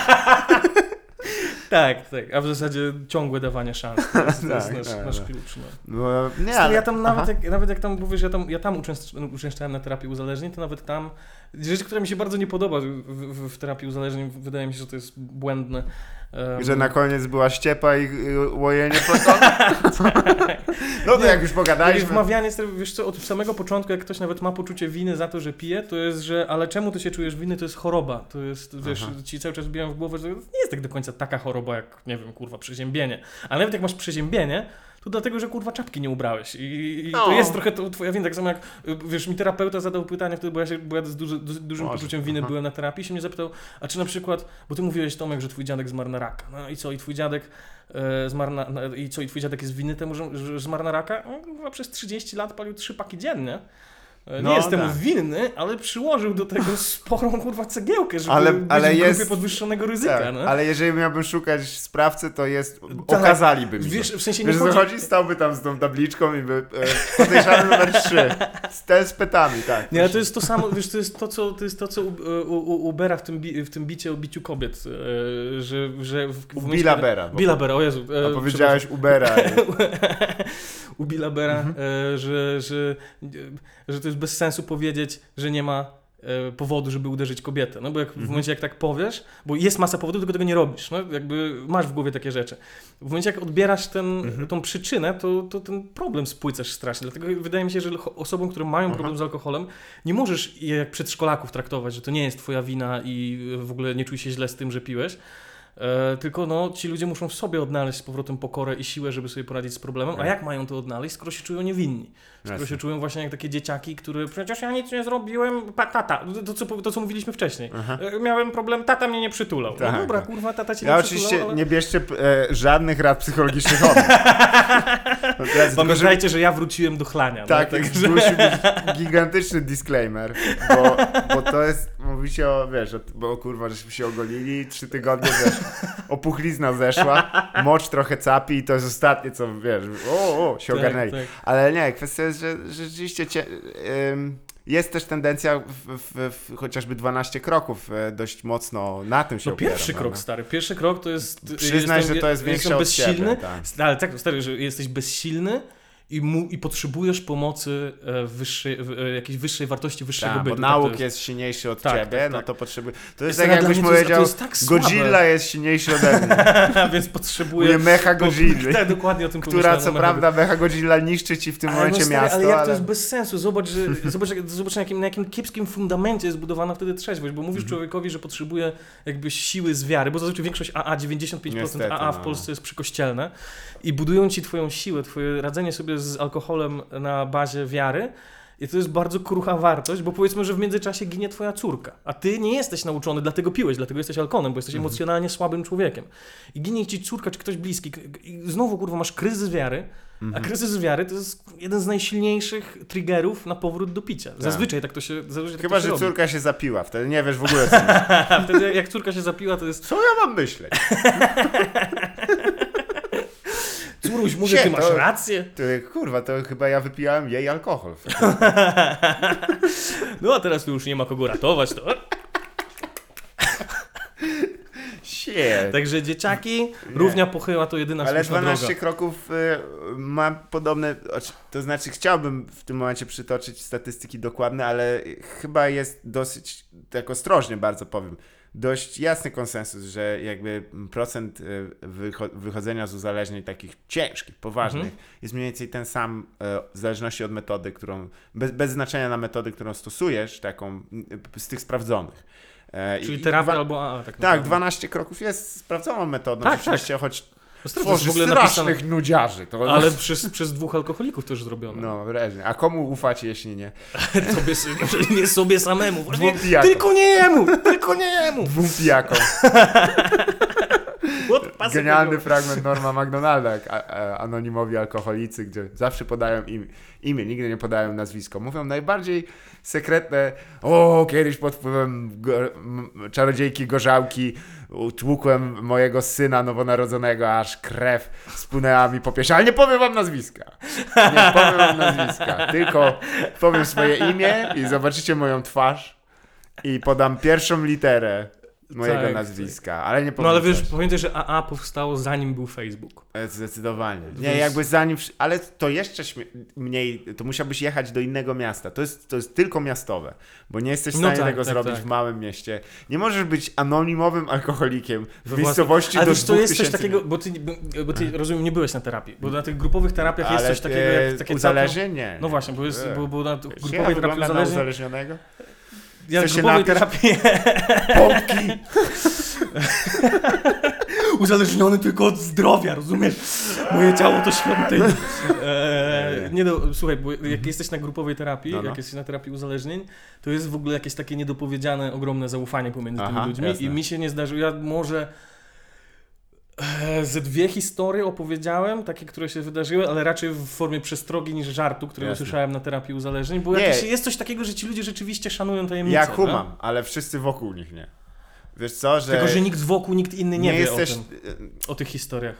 Tak, tak. A w zasadzie ciągłe dawanie szans. To jest, to jest tak, nasz, tak, nasz tak. klucz. No. No, nie, ale... ale... Ja tam nawet jak, nawet jak tam mówisz, ja tam, ja tam uczęszczałem, uczęszczałem na terapię uzależnień, to nawet tam rzecz, która mi się bardzo nie podoba w, w, w terapii uzależnień, wydaje mi się, że to jest błędne. Um... Że na koniec była ściepa i łojenie flakonu? No to nie, jak już pogadaliśmy. Wmawianie, wiesz co, od samego początku, jak ktoś nawet ma poczucie winy za to, że pije, to jest, że ale czemu ty się czujesz winy, to jest choroba. To jest, wiesz, Aha. ci cały czas wbijam w głowę, że to nie jest tak do końca taka choroba, jak, nie wiem, kurwa, przeziębienie. Ale nawet jak masz przeziębienie, to dlatego, że kurwa czapki nie ubrałeś. I, i no. to jest trochę to twoja wina. Tak samo jak, wiesz, mi terapeuta zadał pytanie wtedy, bo ja, się, bo ja z, duży, z dużym Boże. poczuciem winy Aha. byłem na terapii i się mnie zapytał, a czy na przykład, bo ty mówiłeś, Tomek, że twój dziadek zmarł na raka. No i co, i twój dziadek e, zmarł na, na, i co, i twój dziadek jest winny temu, że, że zmarł na raka? No, przez trzydzieści lat palił trzy paki dziennie. Nie no, jestem tak. winny, ale przyłożył do tego sporą kurwa cegiełkę, żeby ale, być ale w grupie jest, podwyższonego ryzyka. Tak, no? Ale jeżeli miałbym szukać sprawcy, to jest, tak, okazaliby mi wiesz, to. W sensie wiesz, nie chodzi... stałby tam z tą tabliczką i by e, podejrzany numer trzy z, te, z petami, tak. Nie, ale to jest to samo, wiesz, to jest to, co, to jest to, co u, u, u, u Bera w tym, bi, w tym bicie o biciu kobiet, e, że, że w, w u Billa Bera. Billa Bera, o Jezu. E, a powiedziałeś Ubera. u Billa Bera, mhm. e, że, że, że to jest bez sensu powiedzieć, że nie ma e, powodu, żeby uderzyć kobietę. No bo jak, mhm. w momencie jak tak powiesz, bo jest masa powodów, tylko tego nie robisz. No, jakby masz w głowie takie rzeczy. W momencie jak odbierasz ten, mhm. tą przyczynę, to, to ten problem spłycasz strasznie. Dlatego wydaje mi się, że osobom, które mają Aha. problem z alkoholem, nie możesz je jak przedszkolaków traktować, że to nie jest twoja wina i w ogóle nie czuj się źle z tym, że piłeś. E, tylko no, ci ludzie muszą w sobie odnaleźć z powrotem pokorę i siłę, żeby sobie poradzić z problemem. A jak mają to odnaleźć, skoro się czują niewinni? Skoro Jasne. się czują właśnie jak takie dzieciaki, które przecież ja nic nie zrobiłem, pa, tata, to co, to co mówiliśmy wcześniej. E, miałem problem, tata mnie nie przytulał. Tak, no dobra, tak. kurwa, tata cię ja nie przytulał. Ja oczywiście ale... nie bierzcie e, żadnych rad psychologicznych od mnie. Pamiętajcie, że ja wróciłem do chlania. Tak, no, tak że... musi być gigantyczny disclaimer, bo, bo to jest, mówicie o, wiesz, o, bo kurwa, żeśmy się ogolili, trzy tygodnie, wiesz, opuchlizna zeszła, mocz trochę capi i to jest ostatnie, co wiesz, o, o się ogarnęli. Tak, tak. Ale nie, kwestia jest, że, że rzeczywiście cie, ym, jest też tendencja w, w, w chociażby dwanaście kroków dość mocno na tym się no opiera. Pierwszy krok, stary, pierwszy krok to jest... Przyznaj, jestem, że to jest większe od siebie. Tak. Ale tak, stary, że jesteś bezsilny, I, mu, i potrzebujesz pomocy e, wyższej, e, jakiejś wyższej wartości, wyższego tak, bytu. bo nauk tak, jest... jest silniejszy od tak, ciebie, tak, no tak. to potrzebujesz... To jest, jest tak jakbyś powiedział, tak Godzilla jest silniejszy ode mnie. Więc potrzebuję... mecha Godzilla. Tak, dokładnie o tym Która co prawda mecha Godzilla niszczy ci w tym ale momencie no, stary, miasto, ale jak ale... to jest bez sensu? Zobacz, że, zobacz, zobacz na, jakim, na jakim kiepskim fundamencie jest budowana wtedy trzeźwość, bo mówisz mm-hmm. człowiekowi, że potrzebuje jakby siły z wiary, bo zazwyczaj większość A A, dziewięćdziesiąt pięć procent Niestety, A A w Polsce jest przykościelne i budują ci twoją siłę, twoje radzenie sobie z alkoholem na bazie wiary i to jest bardzo krucha wartość, bo powiedzmy, że w międzyczasie ginie twoja córka, a ty nie jesteś nauczony, dlatego piłeś, dlatego jesteś alkonem, bo jesteś mhm. emocjonalnie słabym człowiekiem. I ginie ci córka, czy ktoś bliski i znowu, kurwa, masz kryzys wiary A kryzys wiary to jest jeden z najsilniejszych triggerów na powrót do picia. Zazwyczaj tak to się zazwyczaj Chyba, tak to się że robi. córka się zapiła, wtedy nie wiesz w ogóle co. Wtedy jak córka się zapiła, to jest... Co ja mam myśleć? Córuś, mówię, ty masz to, rację. To, kurwa, to chyba ja wypijałem jej alkohol. No a teraz tu już nie ma kogo ratować, to... Shit. Także dzieciaki, równia pochyła to jedyna Ale słuszna dwanaście droga. kroków y, ma podobne, to znaczy chciałbym w tym momencie przytoczyć statystyki dokładne, ale chyba jest dosyć, tak ostrożnie bardzo powiem, dość jasny konsensus, że jakby procent wycho- wychodzenia z uzależnień takich ciężkich, poważnych mhm. jest mniej więcej ten sam w zależności od metody, którą, bez, bez znaczenia na metody, którą stosujesz, taką z tych sprawdzonych. Czyli I, terapia dwa, albo A A, tak Tak, dwanaście kroków jest sprawdzoną metodą, tak, rzeczywiście, tak. choć No tworzy w ogóle strasznych napisane... nudziarzy. To Ale przez, przez dwóch alkoholików też zrobione. No, wreszcie. A komu ufacie, jeśli nie? sobie, nie sobie samemu. Właśnie, Dwóm pijakom. tylko nie jemu! Tylko nie jemu! Dwóm pijakom. Genialny fragment Norma McDonalda, jak a, a, anonimowi alkoholicy, gdzie zawsze podają imię, imię, nigdy nie podają nazwisko. Mówią najbardziej sekretne, o, kiedyś pod wpływem go, m, czarodziejki gorzałki utłukłem mojego syna nowonarodzonego, aż krew spłynęła mi po piersi. Ale nie powiem wam nazwiska. Nie powiem wam nazwiska. Tylko powiem swoje imię i zobaczycie moją twarz i podam pierwszą literę mojego tak, nazwiska, tak. ale nie powiem. No ale wiesz, coś. pamiętaj, że A A powstało zanim był Facebook. Zdecydowanie. Nie, Więc... jakby zanim, ale to jeszcze śmie- mniej, to musiałbyś jechać do innego miasta. To jest, to jest tylko miastowe, bo nie jesteś w stanie no tak, tego tak, zrobić tak. w małym mieście. Nie możesz być anonimowym alkoholikiem w We miejscowości ale do wiesz, to jest coś tysięcy... takiego, bo ty, bo ty rozumiem, nie byłeś na terapii, bo na tych grupowych terapiach ale jest coś takiego jak takie uzależnień? całkiem... Nie. No właśnie, bo, jest, bo, bo na Wiesz, grupowej ja terapii wyglądam na uzależnień... uzależnionego? Ja Chcesz się grupowej napić? terapii... Pompki! Uzależniony tylko od zdrowia, rozumiesz? Moje ciało to świątynia. Eee, nie no, słuchaj, bo jak jesteś na grupowej terapii, no, no. jak jesteś na terapii uzależnień, to jest w ogóle jakieś takie niedopowiedziane, ogromne zaufanie pomiędzy Aha, tymi ludźmi jasne. i mi się nie zdarzyło, ja może e, ze dwie historie opowiedziałem, takie, które się wydarzyły, ale raczej w formie przestrogi niż żartu, którego Jasne. słyszałem na terapii uzależnień, bo Nie. jakieś, jest coś takiego, że ci ludzie rzeczywiście szanują tajemnicę. Ja kumam, no? ale wszyscy wokół nich nie. Wiesz co, że... Tylko, że nikt wokół, nikt inny nie, nie wie jesteś... o tym, o tych historiach.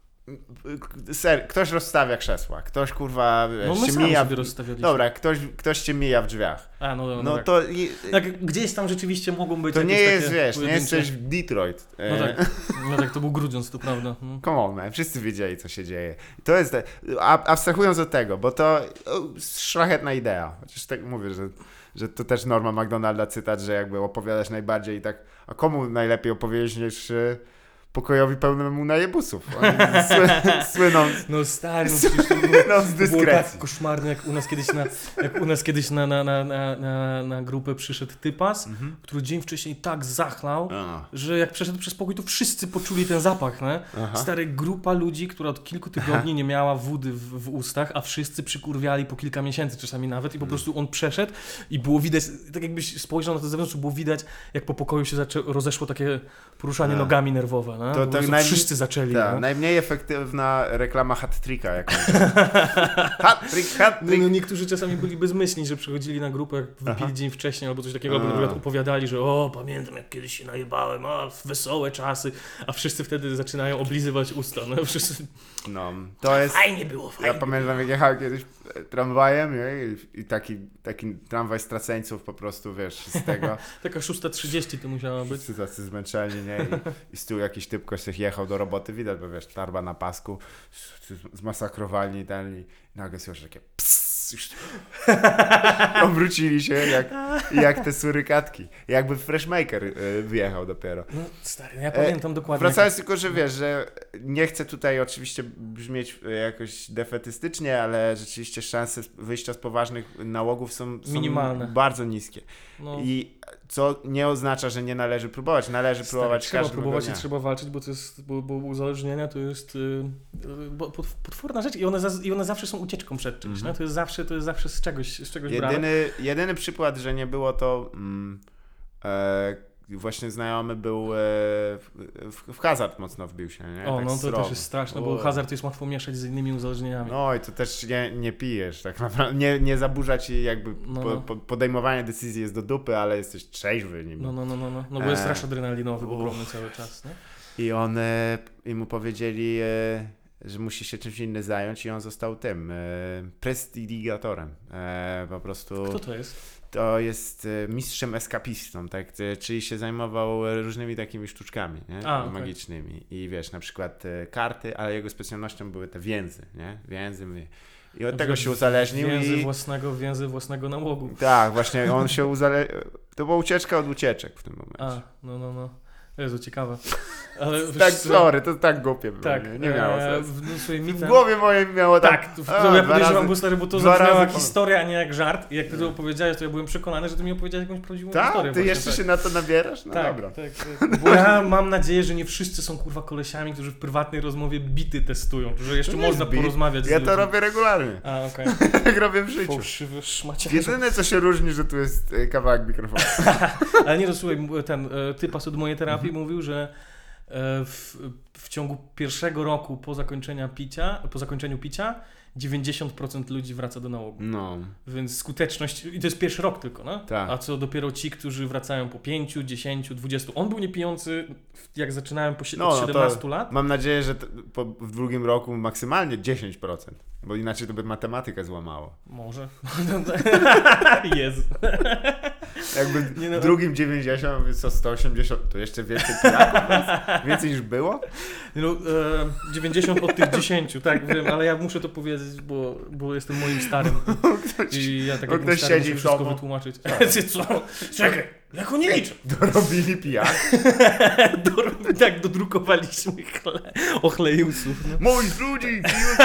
Ser, ktoś rozstawia krzesła, ktoś kurwa wiesz, No my cię sami mija. sobie rozstawialiśmy. Dobra, ktoś, ktoś cię mija w drzwiach. A, no, no, No tak. to i, Tak, gdzieś tam rzeczywiście mogą być to nie jakieś jest, takie wiesz, nie pojedyncze- jesteś w Detroit. No E, tak, no tak, to był grudziąc, to prawda. No. Come on, man. Wszyscy wiedzieli, co się dzieje. To jest, te- a, abstrahując od tego, bo to o, szlachetna idea. Chociaż tak mówię, że, że to też Norma McDonalda cytat, że jakby opowiadasz najbardziej i tak, a komu najlepiej opowiedzieć niż e, pokojowi pełnemu najebusów. Oni sły, słyną, No stary, no przecież to było, słyną z to było dyskrecji. tak koszmarne, jak u nas kiedyś na, jak u nas kiedyś na, na, na, na, na, na grupę przyszedł typas, Mhm. który dzień wcześniej tak zachlał, A, że jak przeszedł przez pokój, to wszyscy poczuli ten zapach, nie? aha. Stary, grupa ludzi, która od kilku tygodni nie miała wody w, w ustach, a wszyscy przykurwiali po kilka miesięcy czasami nawet i po prostu on przeszedł i było widać, tak jakbyś spojrzał na to z zewnątrz, było widać, jak po pokoju się zaczę, rozeszło takie poruszanie A. nogami nerwowe, nie? To Po tak prostu najmniej- wszyscy zaczęli, Ta, nie? najmniej efektywna reklama hat-tricka. Jak hat-trick, No, hat-trick. no niektórzy czasami byli bezmyślni, że przychodzili na grupę, jak wypili Aha. dzień wcześniej albo coś takiego, albo A. na przykład opowiadali, że o, pamiętam jak kiedyś się najebałem, a wesołe czasy, a wszyscy wtedy zaczynają oblizywać usta, no wszyscy... No, to jest... Fajnie było, fajnie. Ja pamiętam, jak jechałem kiedyś tramwajem nie? I, i taki, taki tramwaj straceńców po prostu, wiesz, z tego. Taka szósta trzydzieści to musiała być. Wszyscy tacy zmęczeni, nie? I, i z tyłu jakiś typ ktoś jechał do roboty, widać, bo wiesz, tarba na pasku, zmasakrowali ten i nagle słyszę takie psss, już obrócili się jak, jak te surykatki. Jakby Freshmaker y, wyjechał dopiero. No stary, ja pamiętam E, dokładnie. Wracając tylko, że wiesz, że nie chcę tutaj oczywiście brzmieć jakoś defetystycznie, ale rzeczywiście szanse wyjścia z poważnych nałogów są, są Minimalne. bardzo niskie. No, I co nie oznacza, że nie należy próbować. Należy stary, próbować trzeba każdego próbować i dnia. trzeba walczyć, bo to jest, bo, bo uzależnienia to jest yy, yy, bo- pot- potworna rzecz i one, za, i one zawsze są ucieczką przed czymś, Mhm. nie? To jest zawsze, to jest zawsze z czegoś, z czegoś brane. Jedyny, jedyny przykład, że nie było to mm, e, właśnie znajomy był e, w, w hazard mocno wbił się, nie? O, tak no to surowo. też jest straszne, bo hazard jest łatwo mieszać z innymi uzależnieniami. No i to też nie, nie pijesz, tak naprawdę. Nie, nie zaburza ci jakby No, po, no. po, podejmowanie decyzji jest do dupy, ale jesteś trzeźwy nim. No, no, no, no, no, no bo jest E, strasznie adrenalinowy, uff. ogromny cały czas, nie? I on, e, i mu powiedzieli, e, że musi się czymś innym zająć i on został tym, e, prestidigatorem. E, po prostu... Kto to jest? To jest e, mistrzem eskapistą, tak? E, czyli się zajmował e, różnymi takimi sztuczkami, nie? A, okay. magicznymi. I wiesz, na przykład e, karty, ale jego specjalnością były te więzy, nie? Więzy. My... I od tego się uzależnił. Więzy i... własnego, więzy własnego nałogu. Tak, właśnie on się uzależnił. To była ucieczka od ucieczek w tym momencie. A, no, no, no. Jezu, ciekawe. Ale tak, wiesz, sorry, to tak głupie było, tak, nie, nie miało e, sensu. w, no, słuchaj, mi W ten... głowie mojej miało tak... Tak, to, to a, ja dwa podejrzewam, razy- bo stary, bo to dwa zabrzmiało razy jak po- historia, a nie jak żart. I jak ty to opowiedziałeś, to ja byłem przekonany, że ty mi opowiedziałeś jakąś prawdziwą Tak? historię. Ty właśnie, jeszcze tak. się na to nabierasz? No tak, dobra. tak, tak. Bo ja mam nadzieję, że nie wszyscy są kurwa kolesiami, którzy w prywatnej rozmowie bity testują, że jeszcze To nie można jest bit. porozmawiać z Ja to ludźmi. robię regularnie. A, okej. Tak robię w życiu. Fałszywy szmaciarz. Jedyne co się różni, że tu jest e, kawałek mikrofonu. Ale nie, to słuchaj, ten e, typas od mojej terapii Mhm. mówił, że e, w, w ciągu pierwszego roku po zakończeniu picia, po zakończeniu picia dziewięćdziesiąt procent ludzi wraca do nałogu. No. Więc skuteczność, i to jest pierwszy rok tylko, no? Tak. A co dopiero ci, którzy wracają po pięciu, dziesięciu, dwudziestu. On był niepijący, jak zaczynałem po si- No, od no to siedemnastu lat. Mam nadzieję, że t- po, w drugim roku maksymalnie dziesięć procent, bo inaczej to by matematykę złamało. Może. Jezu. Jakby Nie no, w drugim dziewięćdziesiąt, mówię, co sto osiemdziesiąt, to jeszcze więcej pijaków? Więcej niż było? No, e, dziewięćdziesiąt od tych dziesięciu, tak wiem, ale ja muszę to powiedzieć, bo, bo jestem moim starym. I ja tak bo jak mój ktoś stary siedzi muszę w wszystko domu. wytłumaczyć. Co? Czekaj, jak oni liczą? Dorobili pijak. Do, tak, dodrukowaliśmy chle, ochlejusów. No. Moi ludzi!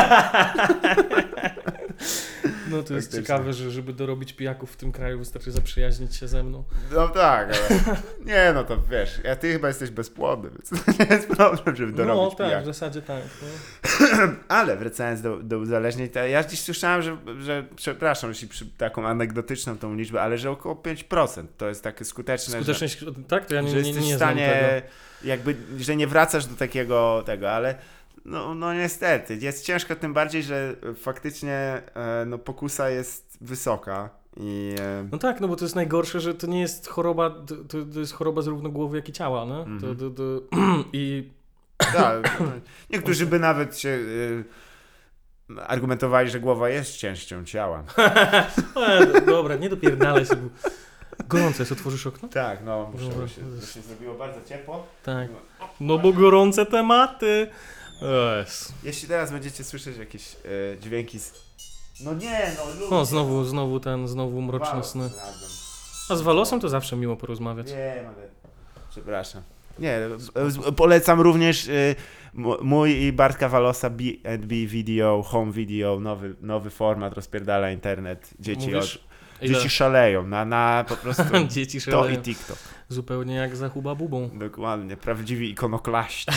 No to jest Faktycznie. ciekawe, że żeby dorobić pijaków w tym kraju wystarczy zaprzyjaźnić się ze mną. No tak, ale nie no to wiesz, ja ty chyba jesteś bezpłodny, więc to nie jest problem, żeby No dorobić tak, pijak. w zasadzie tak. No. Ale wracając do, do uzależnień, to ja dziś słyszałem, że, że przepraszam, jeśli przy taką anegdotyczną tą liczbę, ale że około pięć procent to jest takie skuteczne, Skuteczność, tak? To ja że, nie, że nie, jesteś nie w znam stanie, tego. jakby, że nie wracasz do takiego tego, ale no, no niestety, jest ciężko tym bardziej, że faktycznie e, no, pokusa jest wysoka i... E, No tak, no bo to jest najgorsze, że to nie jest choroba, to, to, to jest choroba zarówno głowy, jak i ciała, no? Mhm. To, to, to, I tak, no, niektórzy by nawet się... E, argumentowali, że głowa jest częścią ciała. E, dobra, nie dopierdalaj się. Gorące jest, otworzysz okno? Tak, no, muszę, Dobra. bo się, bo się zrobiło bardzo ciepło. Tak. No bo gorące tematy. Yes. Jeśli teraz będziecie słyszeć jakieś e, dźwięki z... No nie, no lubię. No znowu, znowu ten, znowu mroczne Walos sny. znalazłem. A z Walosem to zawsze miło porozmawiać. Nie, ale... Przepraszam. Nie, e, z- polecam również e, m- mój i Bartka Walosa B and B Video, Home Video, nowy, nowy format, rozpierdala internet. Dzieci, Mówisz, od, ile? dzieci szaleją na, na po prostu Dzieci to szaleją. i TikTok. Zupełnie jak za Huba Bubą. Dokładnie, prawdziwi ikonoklaści.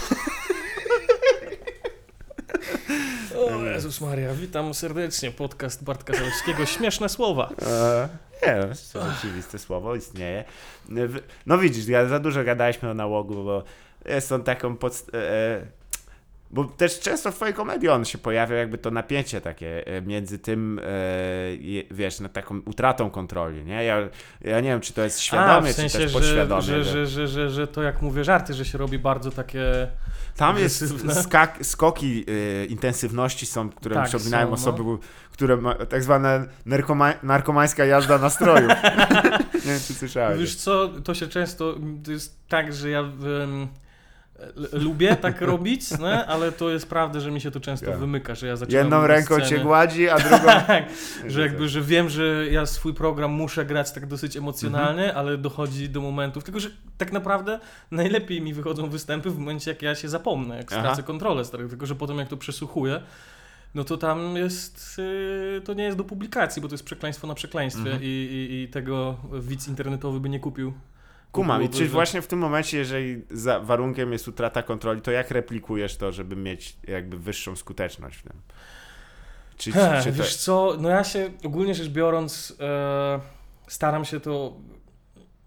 O Jezus Maria, witam serdecznie. Podcast Bartka Zalewskiego. Śmieszne słowa. E, nie, no, to jest oczywiste słowo, istnieje. W- No widzisz, ja za dużo gadaliśmy o nałogu, bo jest on taką podst- e, bo też często w twojej komedii on się pojawia, jakby to napięcie takie e, między tym, e, je- wiesz, na taką utratą kontroli, nie? Ja, ja nie wiem, czy to jest świadomie, A, w sensie, czy też że, podświadomie. że, że- że, że, że, że to jak mówię żarty, że się robi bardzo takie... Tam jest agresywne. skak, skoki e, intensywności są, które Tak, przypominają są, osoby, no. które ma, tak zwana narkoma, narkomańska jazda nastroju. Nie wiem, czy słyszałeś. Wiesz co, to się często, to jest tak, że ja um, lubię tak robić, ne? Ale to jest prawda, że mi się to często Ja. wymyka, że ja zaczynam Jedną mówić ręką sceny. cię gładzi, a drugą... Tak, że jakby, że wiem, że ja swój program muszę grać tak dosyć emocjonalnie, Mhm. ale dochodzi do momentów, tylko że tak naprawdę najlepiej mi wychodzą występy w momencie, jak ja się zapomnę, jak Aha. stracę kontrolę, stary, tylko że potem jak to przesłuchuję, no to tam jest, yy, to nie jest do publikacji, bo to jest przekleństwo na przekleństwie Mhm. i, i, i tego widz internetowy by nie kupił. Kumam. I Byłoby, czy że- właśnie w tym momencie, jeżeli za warunkiem jest utrata kontroli, to jak replikujesz to, żeby mieć jakby wyższą skuteczność w tym? Czy, czy, He, czy to... wiesz co, no ja się ogólnie rzecz biorąc e, staram się to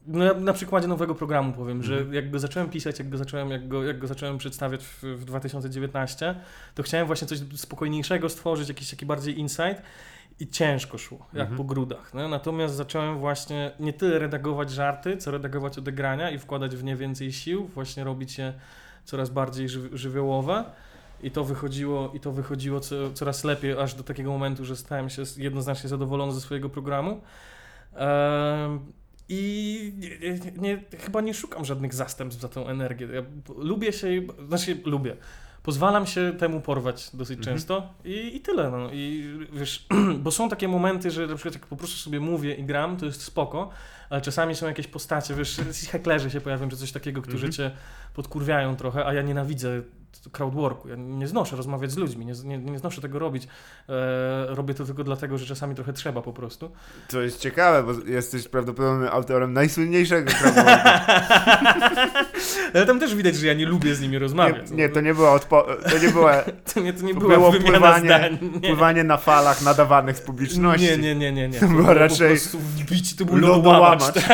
na, na przykładzie nowego programu powiem, Mhm. że jak go zacząłem pisać, jak go zacząłem, jak go, jak go zacząłem przedstawiać w, w dwa tysiące dziewiętnastym, to chciałem właśnie coś spokojniejszego stworzyć, jakiś taki bardziej insight i ciężko szło, jak Mhm. po grudach. No? Natomiast zacząłem właśnie nie tyle redagować żarty, co redagować odegrania i wkładać w nie więcej sił, właśnie robić je coraz bardziej ży, żywiołowe. I to wychodziło, i to wychodziło co, coraz lepiej, aż do takiego momentu, że stałem się jednoznacznie zadowolony ze swojego programu. Ehm, I nie, nie, nie, chyba nie szukam żadnych zastępstw za tą energię. Ja lubię się, znaczy lubię. Pozwalam się temu porwać dosyć Mhm. często i, i tyle. No. I wiesz, bo są takie momenty, że na przykład jak po prostu sobie mówię i gram, to jest spoko, ale czasami są jakieś postacie, wiesz, jacyś heklerzy się pojawią, czy coś takiego, którzy Mhm. cię podkurwiają trochę, a ja nienawidzę crowdworku. Ja nie znoszę rozmawiać z ludźmi, nie, nie, nie znoszę tego robić. E, robię to tylko dlatego, że czasami trochę trzeba po prostu. To jest ciekawe, bo jesteś prawdopodobnie autorem najsłynniejszego crowdworku. Ale tam też widać, że ja nie lubię z nimi rozmawiać. Nie, nie, to nie była odpo- to nie była, to nie, to nie to była było wymiana pływanie, zdań. Nie. pływanie na falach nadawanych z publiczności. Nie, nie, nie, nie, nie. To było było raczej po prostu wbić, to był lodołamacz. lodołamacz.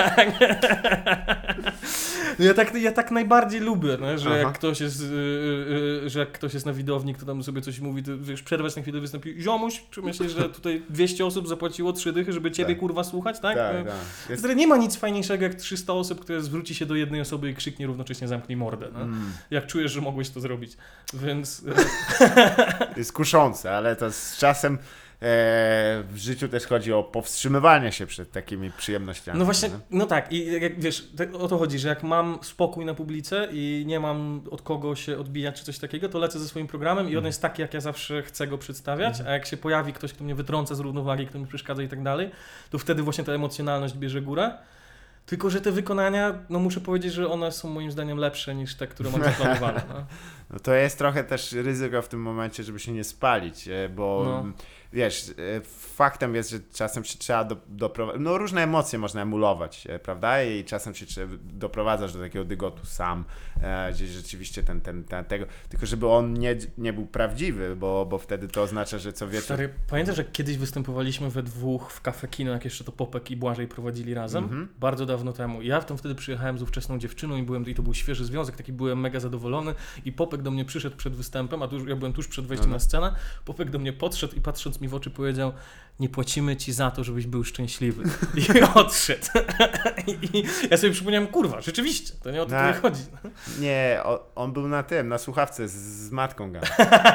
Tak. No ja, tak, ja tak najbardziej lubię, no, że Aha. jak ktoś jest, yy, yy, że jak ktoś jest na widowni, kto tam sobie coś mówi, to wiesz, przerwać na chwilę wystąpi, ziomuś, czy myślisz, że tutaj dwieście osób zapłaciło trzy dychy, żeby ciebie Tak. kurwa słuchać, tak? Tak, No. tak. Jest, Nie ma nic fajniejszego jak trzysta osób, które zwróci się do jednej osoby i krzyknie równocześnie zamknij mordę, no. mm, Jak czujesz, że mogłeś to zrobić, więc... jest kuszące, ale to z czasem e, w życiu też chodzi o powstrzymywanie się przed takimi przyjemnościami. No właśnie, nie? no tak, i jak wiesz, te, o to chodzi, że jak mam spokój na publice i nie mam od kogo się odbijać czy coś takiego, to lecę ze swoim programem i on jest taki, jak ja zawsze chcę go przedstawiać, a jak się pojawi ktoś, kto mnie wytrąca z równowagi, kto mi przeszkadza i tak dalej, to wtedy właśnie ta emocjonalność bierze górę. Tylko że te wykonania, no muszę powiedzieć, że one są moim zdaniem lepsze niż te, które mam zaplanowane. No. No to jest trochę też ryzyko w tym momencie, żeby się nie spalić, e, bo No. wiesz, e, faktem jest, że czasem się trzeba do, doprowadzić, no różne emocje można emulować, e, prawda? I czasem się trzeba, doprowadzasz do takiego dygotu sam, e, gdzie rzeczywiście ten, ten, ten, tego, tylko żeby on nie, nie był prawdziwy, bo, bo wtedy to oznacza, że co wieczór... Stary, pamiętasz, że kiedyś występowaliśmy we dwóch w Cafe Kino, jak jeszcze to Popek i Błażej prowadzili razem? Mhm. Bardzo dawno temu. Ja tam wtedy przyjechałem z ówczesną dziewczyną i byłem, i to był świeży związek, taki byłem mega zadowolony i Popek do mnie przyszedł przed występem, a tu, ja byłem tuż przed wejściem Aha. na scenę. Popek do mnie podszedł i patrząc mi w oczy powiedział: nie płacimy ci za to, żebyś był szczęśliwy. I odszedł. I ja sobie przypomniałem, kurwa, rzeczywiście, to nie o to Na- tutaj chodzi. Nie, o, on był na tym, na słuchawce z, z matką gadał.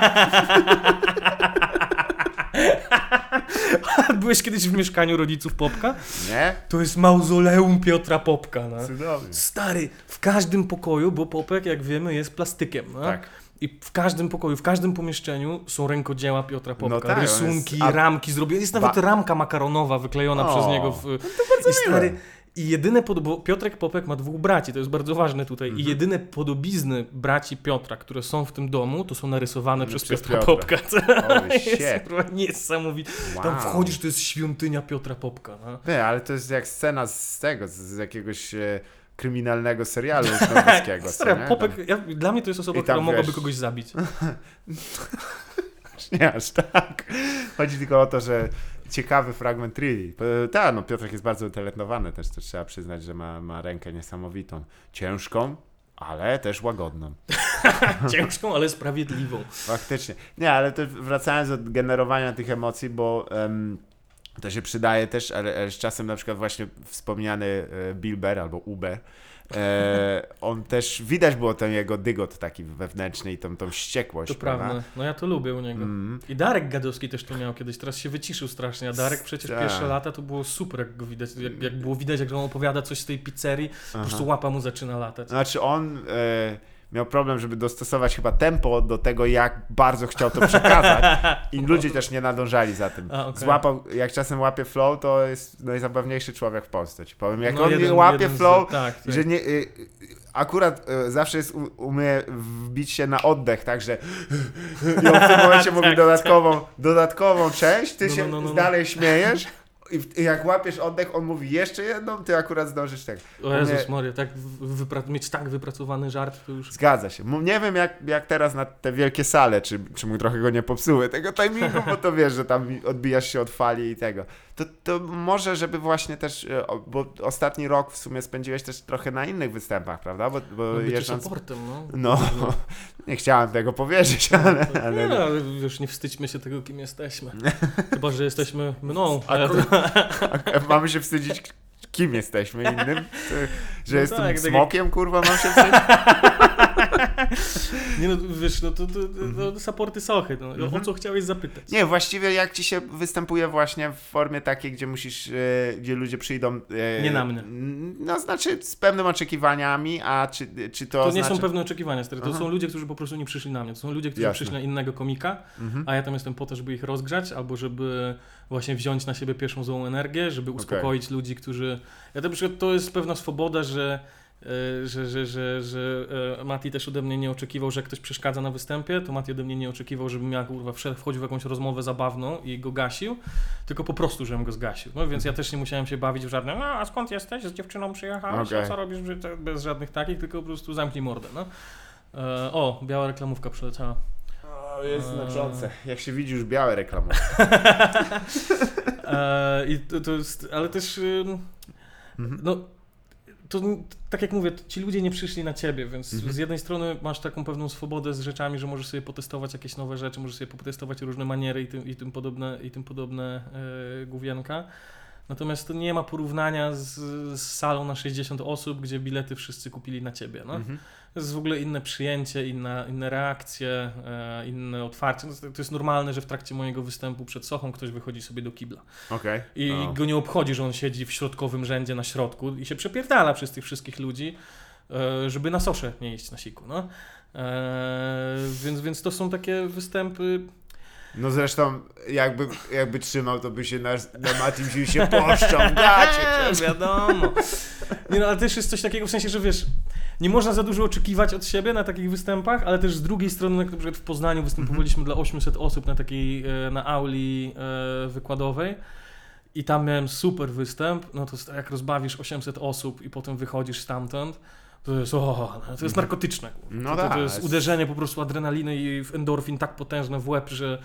Byłeś kiedyś w mieszkaniu rodziców Popka? Nie? To jest mauzoleum Piotra Popka. No. Cudownie. Stary, w każdym pokoju, bo Popek, jak wiemy, jest plastykiem. No? Tak. I w każdym pokoju, w każdym pomieszczeniu są rękodzieła Piotra Popka. No tak, on rysunki, jest- a- ramki zrobione. Jest nawet Ba- ramka makaronowa wyklejona O, przez niego. W... I stary, i jedyne pod... bo Piotrek Popek ma dwóch braci, to jest bardzo ważne tutaj. Mhm. I jedyne podobizny braci Piotra, które są w tym domu, to są narysowane No, przez, przez Piotra Piotra. Popka. Holy jest shit. kurwa niesamowite. Tam Wow. wchodzisz, to jest świątynia Piotra Popka. No. Nie, ale to jest jak scena z tego, z, z jakiegoś e, kryminalnego serialu norweskiego. co Stary, nie? Popek, ja, dla mnie to jest osoba, I tam, która mogłaby wiesz- kogoś zabić. Nie aż tak. Chodzi tylko o to, że ciekawy fragment trilli. Tak, no Piotrek jest bardzo utalentowany też, to trzeba przyznać, że ma, ma rękę niesamowitą. Ciężką, ale też łagodną. Ciężką, ale sprawiedliwą. Faktycznie. Nie, ale to wracając do generowania tych emocji, bo em, to się przydaje też, ale, ale z czasem na przykład właśnie wspomniany e, Bilber albo Ube, e, on też, widać było ten jego dygot taki wewnętrzny i tą, tą wściekłość. To prawda. No ja to lubię u niego. Mm. I Darek Gadowski też to miał kiedyś. Teraz się wyciszył strasznie, a Darek przecież Tak. pierwsze lata to było super, jak go widać. Jak, jak było widać, jak on opowiada coś z tej pizzerii, po prostu łapa mu zaczyna latać. Znaczy on e, miał problem, żeby dostosować chyba tempo do tego, jak bardzo chciał to przekazać i ludzie też nie nadążali za tym. A, okej. Złapał, jak czasem łapie flow, to jest najzabawniejszy człowiek w Polsce. Ci powiem, jak No, on jeden- nie łapie jeden z- flow, tak, tak. że nie... Y, akurat y, zawsze jest, u- umie wbić się na oddech, także i on w tym momencie mówi Tak, dodatkową, dodatkową część, ty No, się no, no, no, no. dalej śmiejesz i, w- i jak łapiesz oddech, on mówi jeszcze jedną, ty akurat zdążysz tego. O Jezus Maria, tak wypra- mieć tak wypracowany żart, to już... Zgadza się. M- Nie wiem jak, jak teraz na te wielkie sale, czy, czy mu trochę go nie popsuły tego timingu, bo to wiesz, że tam odbijasz się od fali i tego. To, to może, żeby właśnie też, bo ostatni rok w sumie spędziłeś też trochę na innych występach, prawda? Bo, bo no, jeżdżąc... supportem, no. No, nie chciałem tego powiedzieć, ale... No, ale... nie, ale wiesz, nie wstydźmy się tego, kim jesteśmy. Chyba, że jesteśmy mną. A, a, mamy się wstydzić, kim jesteśmy innym? Że no jestem tak, smokiem, tak... kurwa, mam się wstydzić? Nie no, wiesz, no to, to, to, to supporty sochy, no. Mm-hmm. O co chciałeś zapytać? Nie, właściwie jak ci się występuje właśnie w formie takiej, gdzie musisz, e, gdzie ludzie przyjdą... E, nie na mnie. No, znaczy z pewnymi oczekiwaniami, a czy, czy to To znaczy... nie są pewne oczekiwania, stary. To Aha. są ludzie, którzy po prostu nie przyszli na mnie. To są ludzie, którzy Jasne. przyszli na innego komika, mm-hmm. a ja tam jestem po to, żeby ich rozgrzać, albo żeby właśnie wziąć na siebie pierwszą złą energię, żeby uspokoić okay. ludzi, którzy... Ja to, to jest pewna swoboda, że Że, że, że, że Mati też ode mnie nie oczekiwał, że ktoś przeszkadza na występie, to Mati ode mnie nie oczekiwał, żebym ja kurwa wchodził w jakąś rozmowę zabawną i go gasił, tylko po prostu, żebym go zgasił. No więc ja też nie musiałem się bawić w żadne, no a skąd jesteś? Z dziewczyną przyjechałeś? Okay. A co robisz? Bez żadnych takich, tylko po prostu zamknij mordę. No. E, o, biała reklamówka przyleciała. O, jest znaczące. Jak się widzi już białe reklamówki. e, I to, to jest, ale też mhm. no to tak jak mówię, ci ludzie nie przyszli na ciebie, więc mhm. z jednej strony masz taką pewną swobodę z rzeczami, że możesz sobie potestować jakieś nowe rzeczy, możesz sobie potestować różne maniery i tym, i tym podobne, i tym podobne e, główienka. Natomiast to nie ma porównania z, z salą na sześćdziesiąt osób, gdzie bilety wszyscy kupili na ciebie. No? Mhm. To jest w ogóle inne przyjęcie, inna, inne reakcje, e, inne otwarcie. To, to jest normalne, że w trakcie mojego występu przed Sochą ktoś wychodzi sobie do kibla. Okay. I oh. go nie obchodzi, że on siedzi w środkowym rzędzie na środku i się przepierdala przez tych wszystkich ludzi, e, żeby na Soszę nie iść na siku. No? E, więc, więc to są takie występy... No zresztą jakby, jakby trzymał, to by się na, na Matim Sił się poszczągacie. Wiadomo. Nie no, ale też jest coś takiego w sensie, że wiesz, nie można za dużo oczekiwać od siebie na takich występach, ale też z drugiej strony, jak na przykład w Poznaniu występowaliśmy mm-hmm. dla osiemset osób na takiej, na auli e, wykładowej i tam miałem super występ, no to jak rozbawisz osiemset osób i potem wychodzisz stamtąd, to jest, o, to jest narkotyczne. No to, tak. to, to jest uderzenie po prostu adrenaliny i endorfin tak potężne w łeb, że,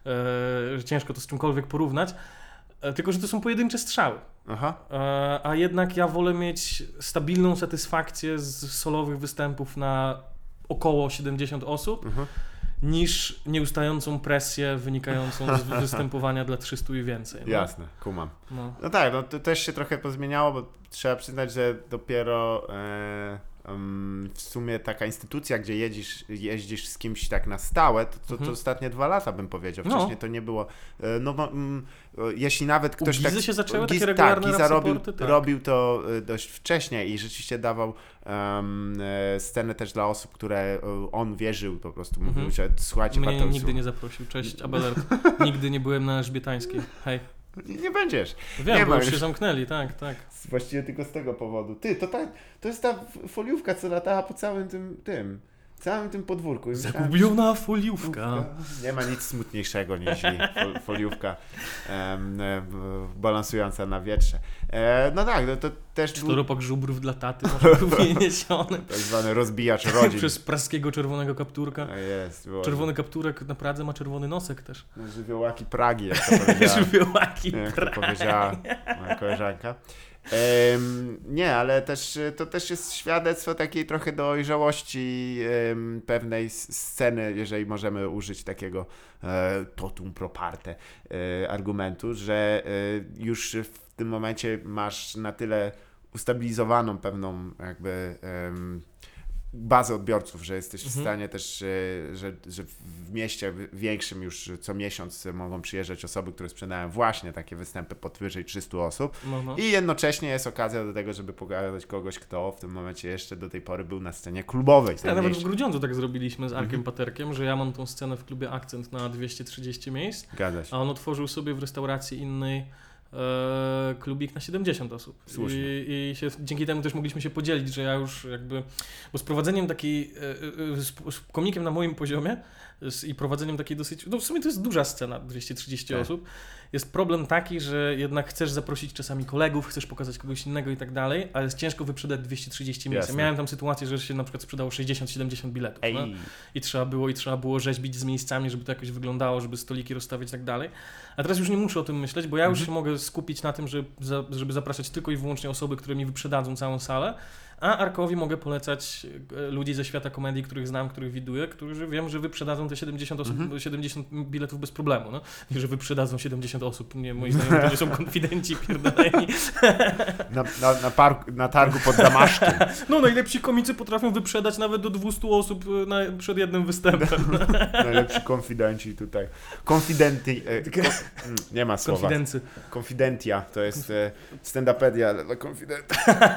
e, że ciężko to z czymkolwiek porównać. E, tylko, że to są pojedyncze strzały. Aha. E, a jednak ja wolę mieć stabilną satysfakcję z solowych występów na około siedemdziesiąt osób, Aha. niż nieustającą presję wynikającą z występowania dla trzystu i więcej. No? Jasne, kumam. No, no tak, no to też się trochę pozmieniało, bo trzeba przyznać, że dopiero e, um, w sumie taka instytucja, gdzie jeździsz, jeździsz z kimś tak na stałe, to, to, to mhm. ostatnie dwa lata bym powiedział. Wcześniej no. to nie było. E, no, no um, jeśli nawet ktoś U Gizy tak... się zaczęły Giz, takie regularne tak, Giza robił, tak. robił to dość wcześnie i rzeczywiście dawał um, scenę też dla osób, które on wierzył, po prostu mówił, mhm. że słuchajcie... Mnie warto nigdy nie zaprosił. Cześć, Abelard. Nigdy nie byłem na Elżbietańskiej. Hej. Nie, nie będziesz. Wiem, nie bo już się zamknęli, tak, tak. Właściwie tylko z tego powodu. Ty, to, ta, to jest ta foliówka, co latała po całym tym, tym całym tym podwórku. Zagubiona foliówka. Nie ma nic smutniejszego niż fol, foliówka um, e, balansująca na wietrze. E, no tak, no to też... Cztoropak żubrów dla taty może był wyniesiony. Tak zwany rozbijacz rodzin. Przez praskiego czerwonego kapturka. A jest, było. Czerwony kapturek na Pradze ma czerwony nosek też. Żywiołaki Pragi, jak to powiedziała. Żywiołaki jak Pragi. to powiedziała moja koleżanka. Um, nie, ale też to też jest świadectwo takiej trochę dojrzałości um, pewnej sceny, jeżeli możemy użyć takiego e, totum pro parte e, argumentu, że e, już w tym momencie masz na tyle ustabilizowaną pewną jakby um, bazę odbiorców, że jesteś mhm. w stanie też, że, że w mieście większym już co miesiąc mogą przyjeżdżać osoby, które sprzedają właśnie takie występy powyżej trzystu osób no, no. i jednocześnie jest okazja do tego, żeby pogadać kogoś, kto w tym momencie jeszcze do tej pory był na scenie klubowej. Ja nawet w Grudziądzu tak zrobiliśmy z Arkiem mhm. Paterkiem, że ja mam tą scenę w klubie Akcent na dwieście trzydzieści miejsc, a on otworzył sobie w restauracji innej E, klubik na siedemdziesiąt osób. Słusznie. I, i się, dzięki temu też mogliśmy się podzielić, że ja już jakby, bo z prowadzeniem takiej, e, e, z, z komikiem na moim poziomie z, i prowadzeniem takiej dosyć, no w sumie to jest duża scena, dwieście trzydzieści tak. osób, jest problem taki, że jednak chcesz zaprosić czasami kolegów, chcesz pokazać kogoś innego i tak dalej, ale jest ciężko wyprzedać dwieście trzydzieści miejsc. Jasne. Miałem tam sytuację, że się na przykład sprzedało sześćdziesiąt siedemdziesiąt biletów. Ej. No? I trzeba było i trzeba było rzeźbić z miejscami, żeby to jakoś wyglądało, żeby stoliki rozstawić i tak dalej. A teraz już nie muszę o tym myśleć, bo ja już Mhm. się mogę skupić na tym, żeby, żeby zapraszać tylko i wyłącznie osoby, które mi wyprzedadzą całą salę, a Arkowi mogę polecać e, ludzi ze świata komedii, których znam, których widuję, którzy wiem, że wyprzedadzą te siedemdziesiąt osób, Mhm. siedemdziesiąt biletów bez problemu. No? Nie, że wyprzedadzą siedemdziesiąt osób. Nie, moi znajomi to nie są konfidenci pierdoleni. Na, na, na, parku, na targu pod Damaszkiem. No najlepsi komicy potrafią wyprzedać nawet do dwieście osób na, przed jednym występem. Najlepsi konfidenci tutaj. Konfidenty. E, kon, nie ma słowa. Konfidency. Konfidentia to jest e, stand-upedia dla konfidentów.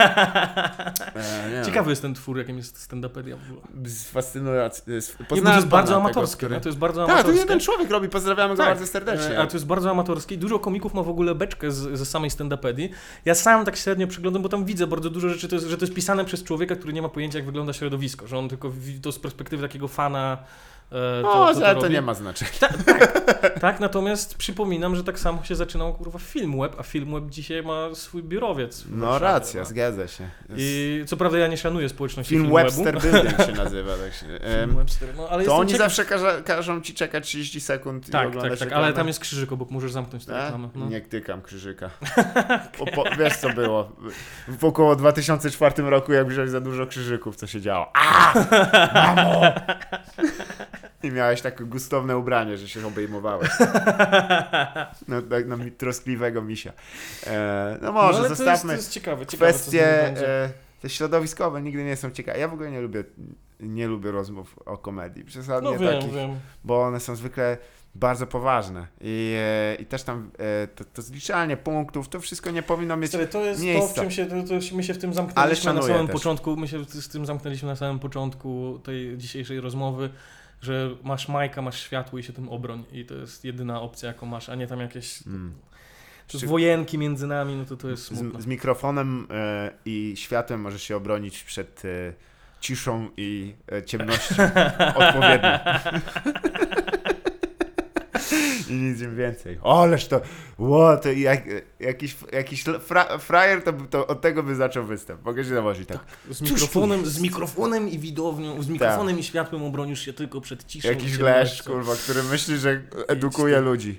E, Ciekawy jest ten twór, jakim jest stand-upedia w ogóle. Fascynujący. Nie, bo to jest bardzo amatorskie. Który... No, to jest bardzo Tak, amatorskie. to jeden człowiek robi, pozdrawiamy go Tak. bardzo serdecznie. A to jest bardzo amatorskie. Dużo komików ma w ogóle beczkę z, ze samej stand-upedii. Ja sam tak średnio przyglądam, bo tam widzę bardzo dużo rzeczy, to jest, że to jest pisane przez człowieka, który nie ma pojęcia, jak wygląda środowisko, że on tylko wi- to z perspektywy takiego fana e, to, O, to, to, ale to robi. nie ma znaczenia. Ta, tak, tak, natomiast przypominam, że tak samo się zaczynał kurwa Filmweb, a Filmweb dzisiaj ma swój biurowiec. w No Warszawie, racja, no. zgadza się. Jest... I co prawda ja nie szanuję społeczności Film Filmwebu. Webster Building się nazywa. Tak się, em, Film Webster, no, ale to jestem oni ciekaw... zawsze każa, każą ci czekać trzydzieści sekund i Tak, oglądać tak, tak, reklamę. ale tam jest krzyżyk obok, możesz zamknąć tę A? reklamę. No. Nie tykam krzyżyka. O, po, wiesz co było? W około dwa tysiące czwartym roku, jak wziąłeś za dużo krzyżyków, co się działo? A! Mamo! I miałeś takie gustowne ubranie, że się obejmowałeś. No, tak na mi- troskliwego misia. E, no może, no, ale zostawmy to jest, to jest ciekawe, ciekawe, co z kwestie tym będzie. e, te środowiskowe nigdy nie są ciekawe. Ja w ogóle nie lubię, nie lubię rozmów o komedii. Przesadnie No wiem, takich, wiem. bo one są zwykle bardzo poważne. I, e, i też tam e, to, to zliczanie punktów, to wszystko nie powinno mieć Stary, to jest miejsca. to, w czym się, to, to my się w tym Ale zamknęliśmy na szanuję samym też. początku, my się z tym zamknęliśmy na samym początku tej dzisiejszej rozmowy, że masz Majka, masz światło i się tym obroń i to jest jedyna opcja, jaką masz, a nie tam jakieś Mm. to Czy- wojenki między nami, no to to jest smutne. Z, z mikrofonem e, i światłem możesz się obronić przed e, ciszą i e, ciemnością odpowiednio. I nic im więcej. O, ależ to, ło, to jak, jakiś, jakiś fra, frajer to, to od tego by zaczął występ. Mogę się założyć tak. Z mikrofonem, z mikrofonem i widownią, z mikrofonem i światłem obronisz się tylko przed ciszą. Jakiś i gleszcz, ciemnością. kurwa, który myśli, że edukuje ludzi.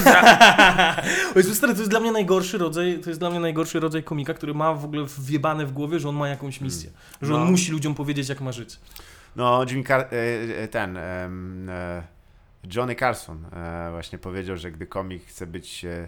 O Jezu, stary, to jest dla mnie najgorszy rodzaj, to jest dla mnie najgorszy rodzaj komika, który ma w ogóle wjebane w głowie, że on ma jakąś misję. Że on No. musi ludziom powiedzieć, jak ma żyć. No, Jimmy Car- e, e, ten, em, e, Johnny Carson e, właśnie powiedział, że gdy komik chce być e,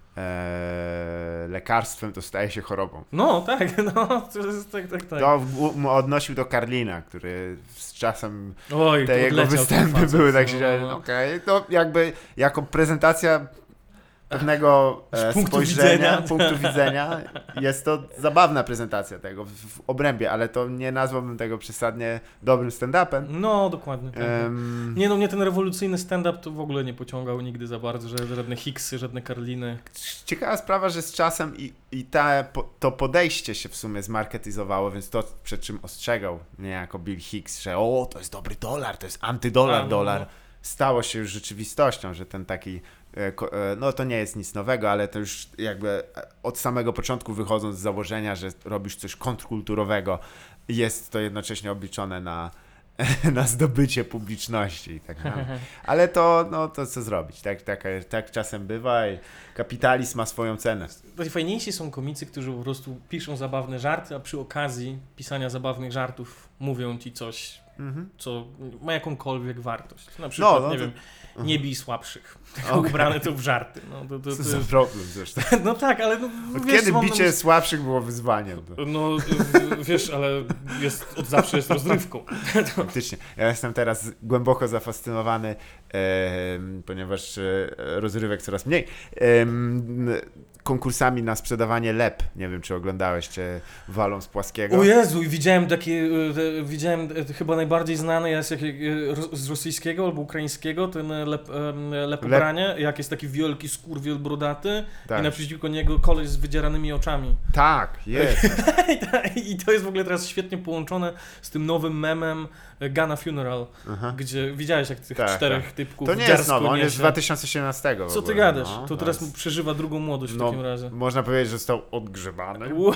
e, lekarstwem, to staje się chorobą. No, tak, no, to jest tak, tak, tak. To w- mu odnosił do Carlina, który z czasem Oj, te to jego odleciał ten występy facet, były tak, no, że no. okej, to jakby jako prezentacja pewnego e, Z punktu spojrzenia, widzenia. punktu widzenia, jest to zabawna prezentacja tego w, w obrębie, ale to nie nazwałbym tego przesadnie dobrym stand-upem. No, dokładnie. Tak. Em, Nie no, mnie ten rewolucyjny stand-up to w ogóle nie pociągał nigdy za bardzo, że żadne Hicksy, żadne Karliny. Ciekawa sprawa, że z czasem i, i ta, po, to podejście się w sumie zmarketyzowało, więc to, przed czym ostrzegał niejako Bill Hicks, że o, to jest dobry dolar, to jest antydolar A, no, dolar, no. stało się już rzeczywistością, że ten taki, e, ko- e, no to nie jest nic nowego, ale to już jakby e, od samego początku wychodząc z założenia, że robisz coś kontrkulturowego, jest to jednocześnie obliczone na na zdobycie publiczności i tak dalej. Ale to, no to co zrobić, tak, tak, tak czasem bywa i kapitalizm ma swoją cenę. Najfajniejsi są komicy, którzy po prostu piszą zabawne żarty, a przy okazji pisania zabawnych żartów mówią ci coś, Mhm. co ma jakąkolwiek wartość. Na przykład, No, no nie to- wiem, nie bij słabszych. Okay. Ubrane to w żarty. No, to, to, Co to, za problem zresztą. no tak, ale no, Od wiesz, kiedy mam na bicie myśli- słabszych było wyzwaniem? To, No w- wiesz, ale jest, od zawsze jest rozrywką. faktycznie. Ja jestem teraz głęboko zafascynowany ponieważ rozrywek coraz mniej. Konkursami na sprzedawanie lep. Nie wiem, czy oglądałeś, czy walą z płaskiego. O Jezu, i widziałem takie, widziałem chyba najbardziej znany jest jak, z rosyjskiego albo ukraińskiego, ten lep, lepobranie, lep. Jak jest taki wielki skurwiel brodaty tak. I naprzeciwko niego koleś z wydzieranymi oczami. Tak, jest. I to jest w ogóle teraz świetnie połączone z tym nowym memem Ghana Funeral, aha. Gdzie widziałeś jak tych tak, czterech tak. typków to nie jest nowo, on jest z dwa tysiące siedemnastego. Co ty gadasz? No, to teraz jest... przeżywa drugą młodość w no, takim razie. Można powiedzieć, że został odgrzebany. Wow.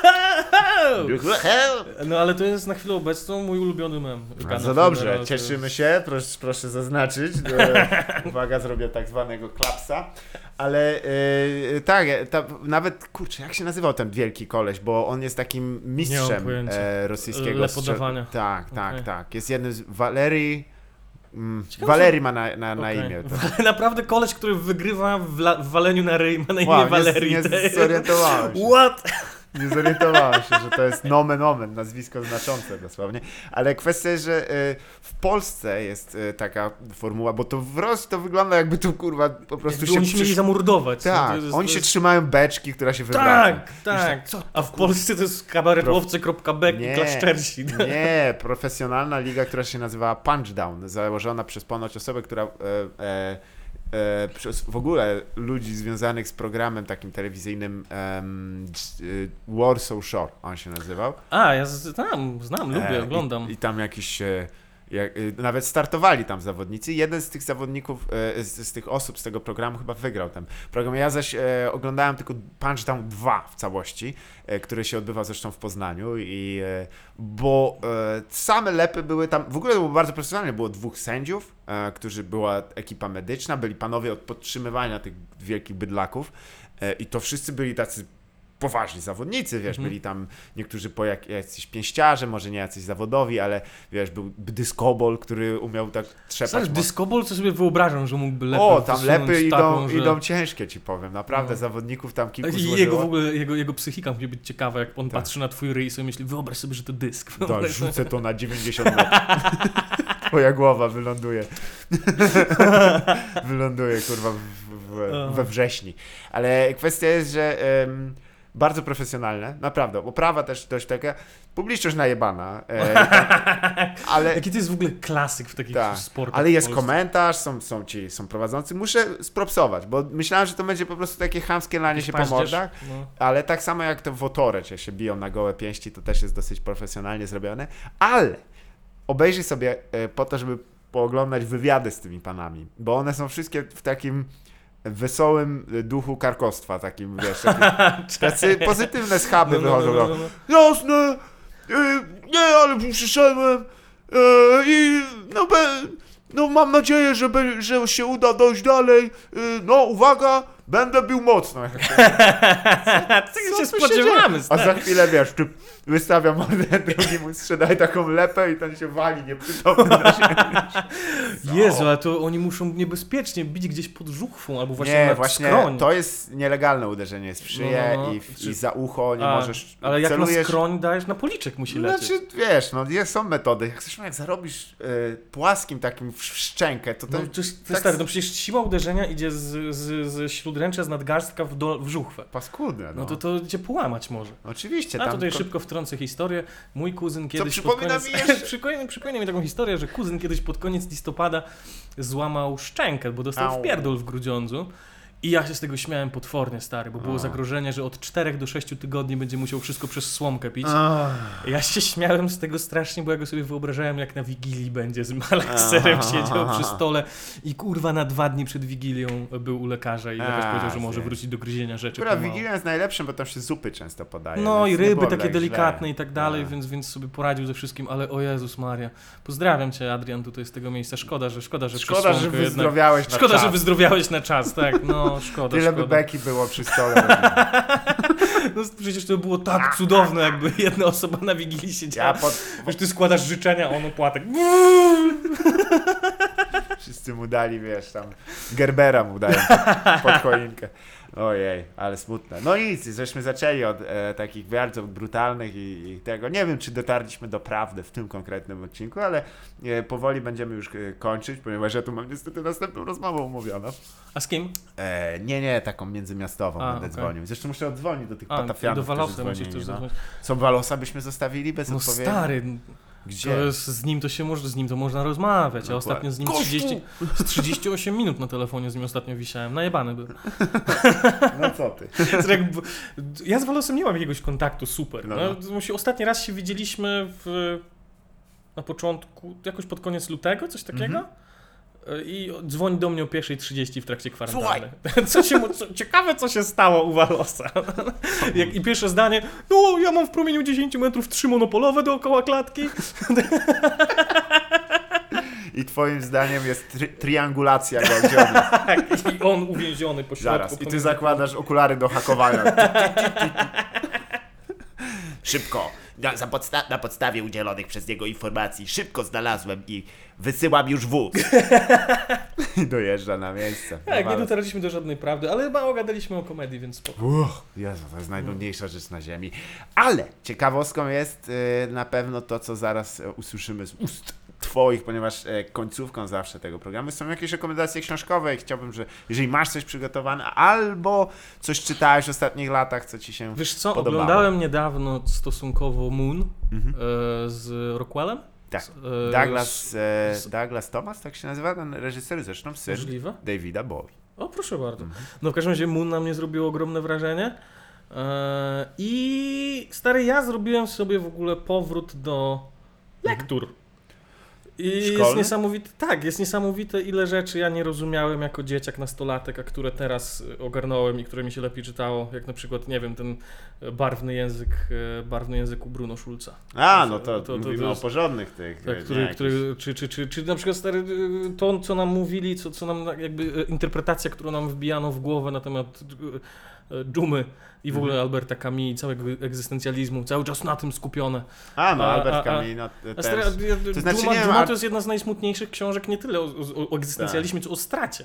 No ale to jest na chwilę obecną mój ulubiony mem. Bardzo dobrze, funeral, cieszymy jest... się, proszę, proszę zaznaczyć. Uwaga, zrobię tak zwanego klapsa. Ale yy, tak, ta, nawet, kurczę, jak się nazywał ten wielki koleś, bo on jest takim mistrzem e, rosyjskiego lepodawania. Tak, tak, okay. tak. Jest jednym z Walerii. Mm, Walerii ma na, na, na okay. imię. To. Naprawdę koleś, który wygrywa w, la, w waleniu na ryj, ma na imię wow, Walerii. Nie, nie zorientowałem się. What? Nie zorientowałem się, że to jest nomen omen, nazwisko znaczące dosłownie. Ale kwestia jest, że w Polsce jest taka formuła, bo to w Rosji to wygląda jakby tu kurwa po prostu jakby się... Oni się mieli zamordować. Tak, no, jest, oni się jest... trzymają beczki, która się wywraca. Tak, tak. Co? A w Polsce to jest kabaretowcy kropka bek i klaszczersi. Nie, profesjonalna liga, która się nazywa Punchdown, założona przez ponoć osobę, która... E, e, E, przez w ogóle ludzi związanych z programem takim telewizyjnym um, Warsaw Shore, on się nazywał. A, ja znam, znam, lubię, e, oglądam. I, I tam jakiś, e, jak, e, nawet startowali tam zawodnicy. Jeden z tych zawodników, e, z, z tych osób z tego programu chyba wygrał ten program. Ja zaś e, oglądałem tylko Punchdown dwa w całości, e, który się odbywał zresztą w Poznaniu i e, bo e, same lepy były tam, w ogóle to było bardzo profesjonalnie, było dwóch sędziów, e, którzy była ekipa medyczna, byli panowie od podtrzymywania tych wielkich bydlaków e, i to wszyscy byli tacy poważni zawodnicy, wiesz, mm. byli tam niektórzy po jak, jacyś pięściarze, może nie jacyś zawodowi, ale wiesz, był dyskobol, który umiał tak trzepać. Znaczy, dyskobol, co sobie wyobrażam, że mógłby lepy O, tam lepy idą, taką, że... idą ciężkie, ci powiem, naprawdę, no. Zawodników tam kilku I złożyło. jego w ogóle, jego, jego psychika musi być ciekawa, jak on tak. patrzy na twój ryj i sobie myśli, wyobraź sobie, że to dysk. Tak, rzucę to na dziewięćdziesiąt metrów. Twoja głowa wyląduje. wyląduje, kurwa, w, w, we wrześni. Ale kwestia jest, że um, bardzo profesjonalne, naprawdę. Oprawa też dość taka, publiczność najebana. E, ale, Jaki to jest w ogóle klasyk w takich tak, sportach. Ale jest komentarz, są, są ci, są prowadzący. Muszę spropsować, bo myślałem, że to będzie po prostu takie chamskie lanie się po mordach, no. Ale tak samo jak to w Otorę, czy się biją na gołe pięści, to też jest dosyć profesjonalnie zrobione. Ale obejrzyj sobie po to, żeby pooglądać wywiady z tymi panami, bo one są wszystkie w takim wesołym duchu karkostwa, takim, wiesz, takim, tacy pozytywne schaby no, wychodzą. No, no, no, no. Jasne, yy, nie, ale przyszedłem yy, i no, be, no mam nadzieję, że, be, że się uda dojść dalej. Yy, no uwaga, będę bił mocno. Czego się spodziewamy? A za chwilę, wiesz, ty wystawia mordę, drugi mu sprzedaj taką lepę i ten się wali nieprzytomny na siebie. Jezu, ale to oni muszą niebezpiecznie bić gdzieś pod żuchwą albo właśnie nie, na właśnie skroń. To jest nielegalne uderzenie w szyję no, no, no. I, w, i za ucho nie A, możesz... Ale jak celujesz... na skroń dajesz, na policzek musi lecieć. Znaczy, wiesz, no są metody. Jak, zresztą jak zarobisz y, płaskim takim w szczękę, to to... No, to jest, tak... stary, no przecież siła uderzenia idzie z, z, z śródręcza, z nadgarstka w, do, w żuchwę. Paskudne, no. No to to cię połamać może. Oczywiście. A tam tutaj to... szybko wtrącę historię. Mój kuzyn kiedyś Co, pod przypomina koniec... mi jeszcze... przypomina, przypomina mi taką historię, że kuzyn kiedyś pod koniec listopada złamał szczękę, bo dostał Au. wpierdol w Grudziądzu. I ja się z tego śmiałem potwornie, stary, bo było A. zagrożenie, że od czterech do sześciu tygodni będzie musiał wszystko przez słomkę pić. A. Ja się śmiałem z tego strasznie, bo ja go sobie wyobrażałem, jak na Wigilii będzie z malakserem siedział przy stole i kurwa na dwa dni przed Wigilią był u lekarza i lekarz powiedział, że może wrócić do gryzienia rzeczy. Która Wigilia jest najlepszym, bo tam się zupy często podaje. No i ryby takie delikatne źle. I tak dalej, więc, więc sobie poradził ze wszystkim, ale o Jezus Maria. Pozdrawiam cię, Adrian, tutaj z tego miejsca. Szkoda, że szkoda, że Szkoda, że wyzdrowiałeś jednak... na Szkoda, czas. że wyzdrowiałeś na czas, tak, no. No, szkoda, Tyle szkoda. by beki było przy stole. No przecież to było tak cudowne, jakby jedna osoba na Wigilii siedziała. Ja pod... Wiesz, ty składasz życzenia, a on opłatek. Wszyscy mu dali, wiesz, tam Gerbera mu dają pod choinkę. Ojej, ale smutne. No nic, żeśmy zaczęli od e, takich bardzo brutalnych i, i tego. Nie wiem, czy dotarliśmy do prawdy w tym konkretnym odcinku, ale e, powoli będziemy już e, kończyć, ponieważ ja tu mam niestety następną rozmowę umówioną. A z kim? E, nie, nie, taką międzymiastową A, będę okay. dzwonił. Zresztą muszę odzwonić do tych A, patafianów, do Walosa którzy musisz dzwonili, też no. zadzwonić. Co, Walosa byśmy zostawili bez No odpowiedzi? stary, Gdzie? to jest, z nim to się może, z nim to można rozmawiać. Ja Dokładnie. ostatnio z nim trzydzieści, trzydzieści osiem minut na telefonie z nim ostatnio wisiałem. Najebany był. No co ty? Ja z Walosem nie mam jakiegoś kontaktu super. No. No, się, ostatni raz się widzieliśmy w, na początku, jakoś pod koniec lutego, coś takiego. Mhm. I dzwoni do mnie o pierwszej trzydzieści w trakcie kwarantanny. Co się, co, ciekawe, co się stało u Walosa. Jak, I pierwsze zdanie, no ja mam w promieniu dziesięć metrów trzy monopolowe dookoła klatki. I twoim zdaniem jest tri triangulacja go, gdzie on jest. Tak, i on uwięziony po środku. Zaraz. I ty zakładasz okulary do hakowania. Szybko. Na, za podsta na podstawie udzielonych przez niego informacji szybko znalazłem i wysyłam już wóz. I dojeżdża na miejsce. Tak, nie dotarliśmy do żadnej prawdy, ale mało gadaliśmy o komedii, więc spoko. Uch, Jezu, to jest najnudniejsza rzecz na ziemi. Ale ciekawostką jest yy, na pewno to, co zaraz yy, usłyszymy z ust twoich, ponieważ yy, końcówką zawsze tego programu są jakieś rekomendacje książkowe i chciałbym, że jeżeli masz coś przygotowane albo coś czytałeś w ostatnich latach, co ci się Wiesz co, podobało. oglądałem niedawno stosunkowo Moon Mhm. e, z Rockwellem. Tak. Z, e, Douglas, e, z- Douglas Thomas, tak się nazywa ten reżyser, zresztą syn Możliwe? Davida Bowie. O, proszę bardzo. Mhm. No w każdym razie Moon na mnie zrobił ogromne wrażenie. E, I stary, ja zrobiłem sobie w ogóle powrót do lektur. I jest Szkolny? niesamowite, tak, jest niesamowite, ile rzeczy ja nie rozumiałem jako dzieciak, nastolatek, a które teraz y, ogarnąłem i które mi się lepiej czytało, jak na przykład, nie wiem, ten e, barwny język, e, barwny język u Bruno Schulza. A, no to, To- to- mówimy to jest- o porządnych tych. Tak, nie, który, jakichś- który, czy, czy, czy, czy na przykład stary, y, to, co nam mówili, co, co nam jakby y, interpretacja, którą nam wbijano w głowę na temat y, y, dżumy i w ogóle Mhm. Alberta Camus i całego egzystencjalizmu, cały czas na tym skupione. A, no a- Albert a- a- Camus, no A też. stary, a- To znaczy, Dżuma, nie wiem, Dżuma a- to jest jedna z najsmutniejszych książek nie tyle o, o, o egzystencjalizmie, co o stracie.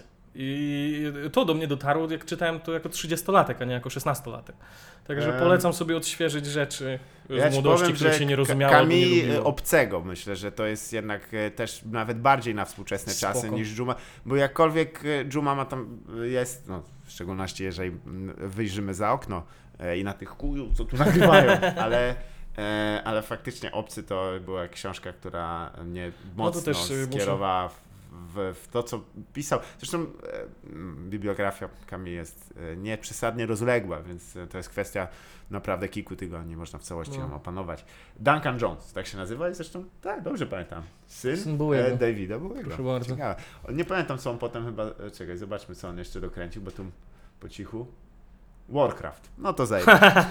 I to do mnie dotarło, jak czytałem to jako trzydziestolatek, a nie jako szesnastolatek. Także Em, polecam sobie odświeżyć rzeczy z Ja ci młodości, powiem, które że się nie Ka- rozumiało albo nie Camus lubiło. obcego, myślę, że to jest jednak e, też nawet bardziej na współczesne Spoko. czasy niż Dżuma, bo jakkolwiek e, Dżuma ma tam, e, jest, no w szczególności jeżeli mm, wyjrzymy za okno e, i na tych kujów, co tu nagrywają, ale, e, ale faktycznie Obcy to była książka, która mnie mocno też, e, muszę- skierowała w, w, w to, co pisał. Zresztą e, mm, bibliografia Camus jest e, nieprzesadnie rozległa, więc e, to jest kwestia naprawdę kilku tygodni, można w całości No. ją opanować. Duncan Jones, tak się nazywa i zresztą, tak, dobrze pamiętam. Syn, Syn Bowiego. e, Davida Bowiego. Proszę bardzo. Ciekawe. O, nie pamiętam, co on potem chyba, e, czekaj, zobaczmy, co on jeszcze dokręcił, bo tu po cichu. Warcraft, no to zajmę.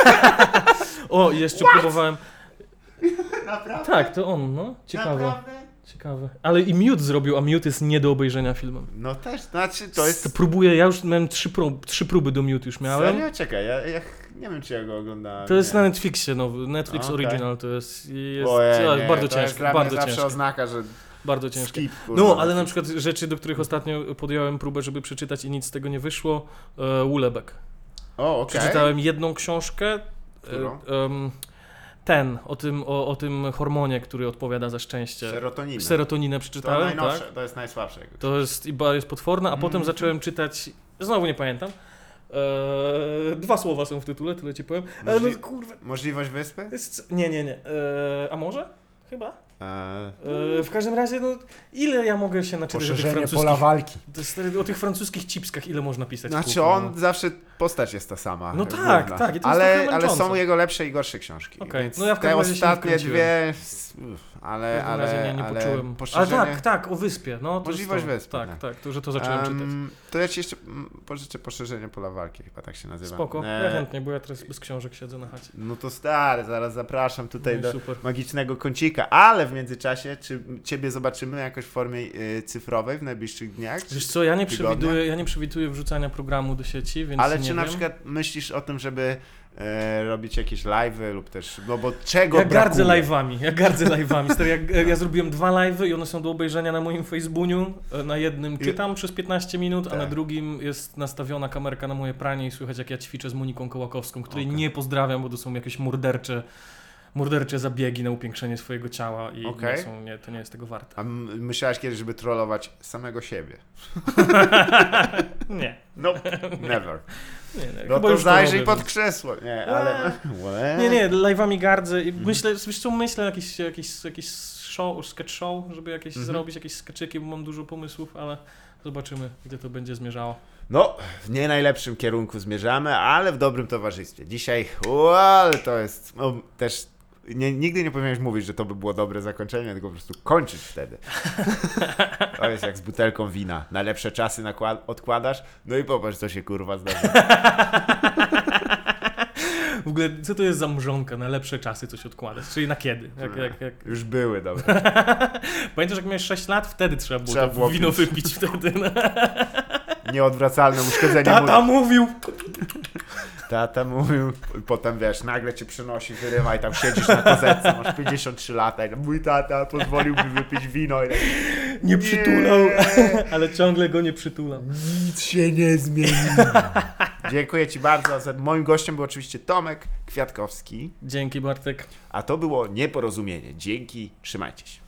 O, jeszcze What? próbowałem. Naprawdę? Tak, to on, no. Ciekawe. Naprawdę? Ciekawe. Ale i Mute zrobił, a Mute jest nie do obejrzenia filmem. No też, znaczy to jest... Próbuję, ja już miałem trzy, prób, trzy próby do Mute już miałem. Serio? Czekaj, ja, ja nie wiem, czy ja go oglądałem. To jest nie. na Netflixie nowy, Netflix Okej. Original to jest, jest Ojej, ja, nie, bardzo to jest ciężkie, dla mnie bardzo zawsze ciężkie, oznaka, że bardzo ciężkie. skip, kurwa. No, ale na przykład rzeczy, do których ostatnio podjąłem próbę, żeby przeczytać i nic z tego nie wyszło, e, Ulebeck. O, okej. Przeczytałem jedną książkę, Którą? e, em, ten, o tym, o, o tym hormonie, który odpowiada za szczęście. Serotoninę. Serotoninę To przeczytałem, najnowsze, tak? to jest najsłabsze. jego. To jest, i ba- jest potworne, a potem Mhm. zacząłem czytać, znowu nie pamiętam, e, dwa słowa są w tytule, tyle ci powiem, ale Możli- no kurwa, Możliwość wyspy? jest, nie, nie, nie, e, a może? Chyba? Eee, E, w każdym razie, no, ile ja mogę się naczytać o tych poszerzenie francuskich, pola walki. to jest, o tych francuskich chipskach, ile można pisać? Znaczy kurwa, on no. zawsze, postać jest ta sama. No główna. tak, tak, i to jest ale, trochę ale są męczące. jego lepsze i gorsze książki. Okej, Więc no ja w te każdym razie się nie ostatnie wkręciłem. dwie, uff, W ale, każdym razie ale, nie, nie ale poczułem. Ale poszerzenie... tak, tak, o wyspie, no. To Możliwość jest to. wyspy, Tak, tak. tak, to, że to zacząłem czytać. Em, to ja ci jeszcze mm, pożyczę poszerzenie pola walki, chyba tak się nazywa. Spoko, E, ja chętnie, bo ja teraz bez książek siedzę na chacie. No to stary, zaraz zapraszam tutaj No i do super. magicznego kącika. Tomka, ale w międzyczasie, czy ciebie zobaczymy jakoś w formie y, cyfrowej w najbliższych dniach? Wiesz co, ja nie, tygodniach? przewiduję, ja nie przewiduję wrzucania programu do sieci, więc Ale nie czy na wiem. przykład myślisz o tym, żeby e, robić jakieś live'y lub też, no bo czego Ja brakuje? gardzę live'ami, ja gardzę live'ami. Stary, ja, ja zrobiłem dwa live'y i one są do obejrzenia na moim Facebooku. Na jednym czytam przez piętnaście minut, tak. a na drugim jest nastawiona kamerka na moje pranie i słychać jak ja ćwiczę z Moniką Kołakowską, której Okay. nie pozdrawiam, bo to są jakieś mordercze, mordercze zabiegi na upiększenie swojego ciała i Okay. nie są, nie, to nie jest tego warte. A m- myślałeś kiedyś, żeby trollować samego siebie? Nie. No, never. Nie, nie, No chyba to już zajrzyj robię, pod więc- krzesło. Nie, ale... Nie, nie, live'ami gardzę i myślę, wiesz co, myślę jakieś, jakieś, jakieś show, sketch show, żeby jakieś Mhm. zrobić, jakieś skeczyki, bo mam dużo pomysłów, ale zobaczymy, gdzie to będzie zmierzało. No, w nie najlepszym kierunku zmierzamy, ale w dobrym towarzystwie. Dzisiaj, o, ale to jest no, też... Nie, nigdy nie powinieneś mówić, że to by było dobre zakończenie, tylko po prostu kończyć wtedy. To jest jak z butelką wina. Najlepsze czasy nakład- odkładasz, no i popatrz, co się kurwa zdarza. W ogóle, co to jest za mrzonka na lepsze czasy coś odkładać? Czyli na kiedy? Jak, jak, jak... Już były dobre. Pamiętasz, jak miałeś sześć lat? Wtedy trzeba było Trzeba to było wino pić. wypić wtedy. No. Nieodwracalne uszkodzenie Tata mózgu. mówił! Tata mówił, potem wiesz, nagle cię przynosi, wyrywa i tam siedzisz na kozetce, masz pięćdziesiąt trzy lata i tam, mój tata pozwolił mi wypić wino i tak, Nie przytulał, ale ciągle go nie przytulam. nic się nie zmieni. Dziękuję ci bardzo. Moim gościem był oczywiście Tomek Kwiatkowski, Dzięki, Bartek. a to było Nieporozumienie. Dzięki, trzymajcie się.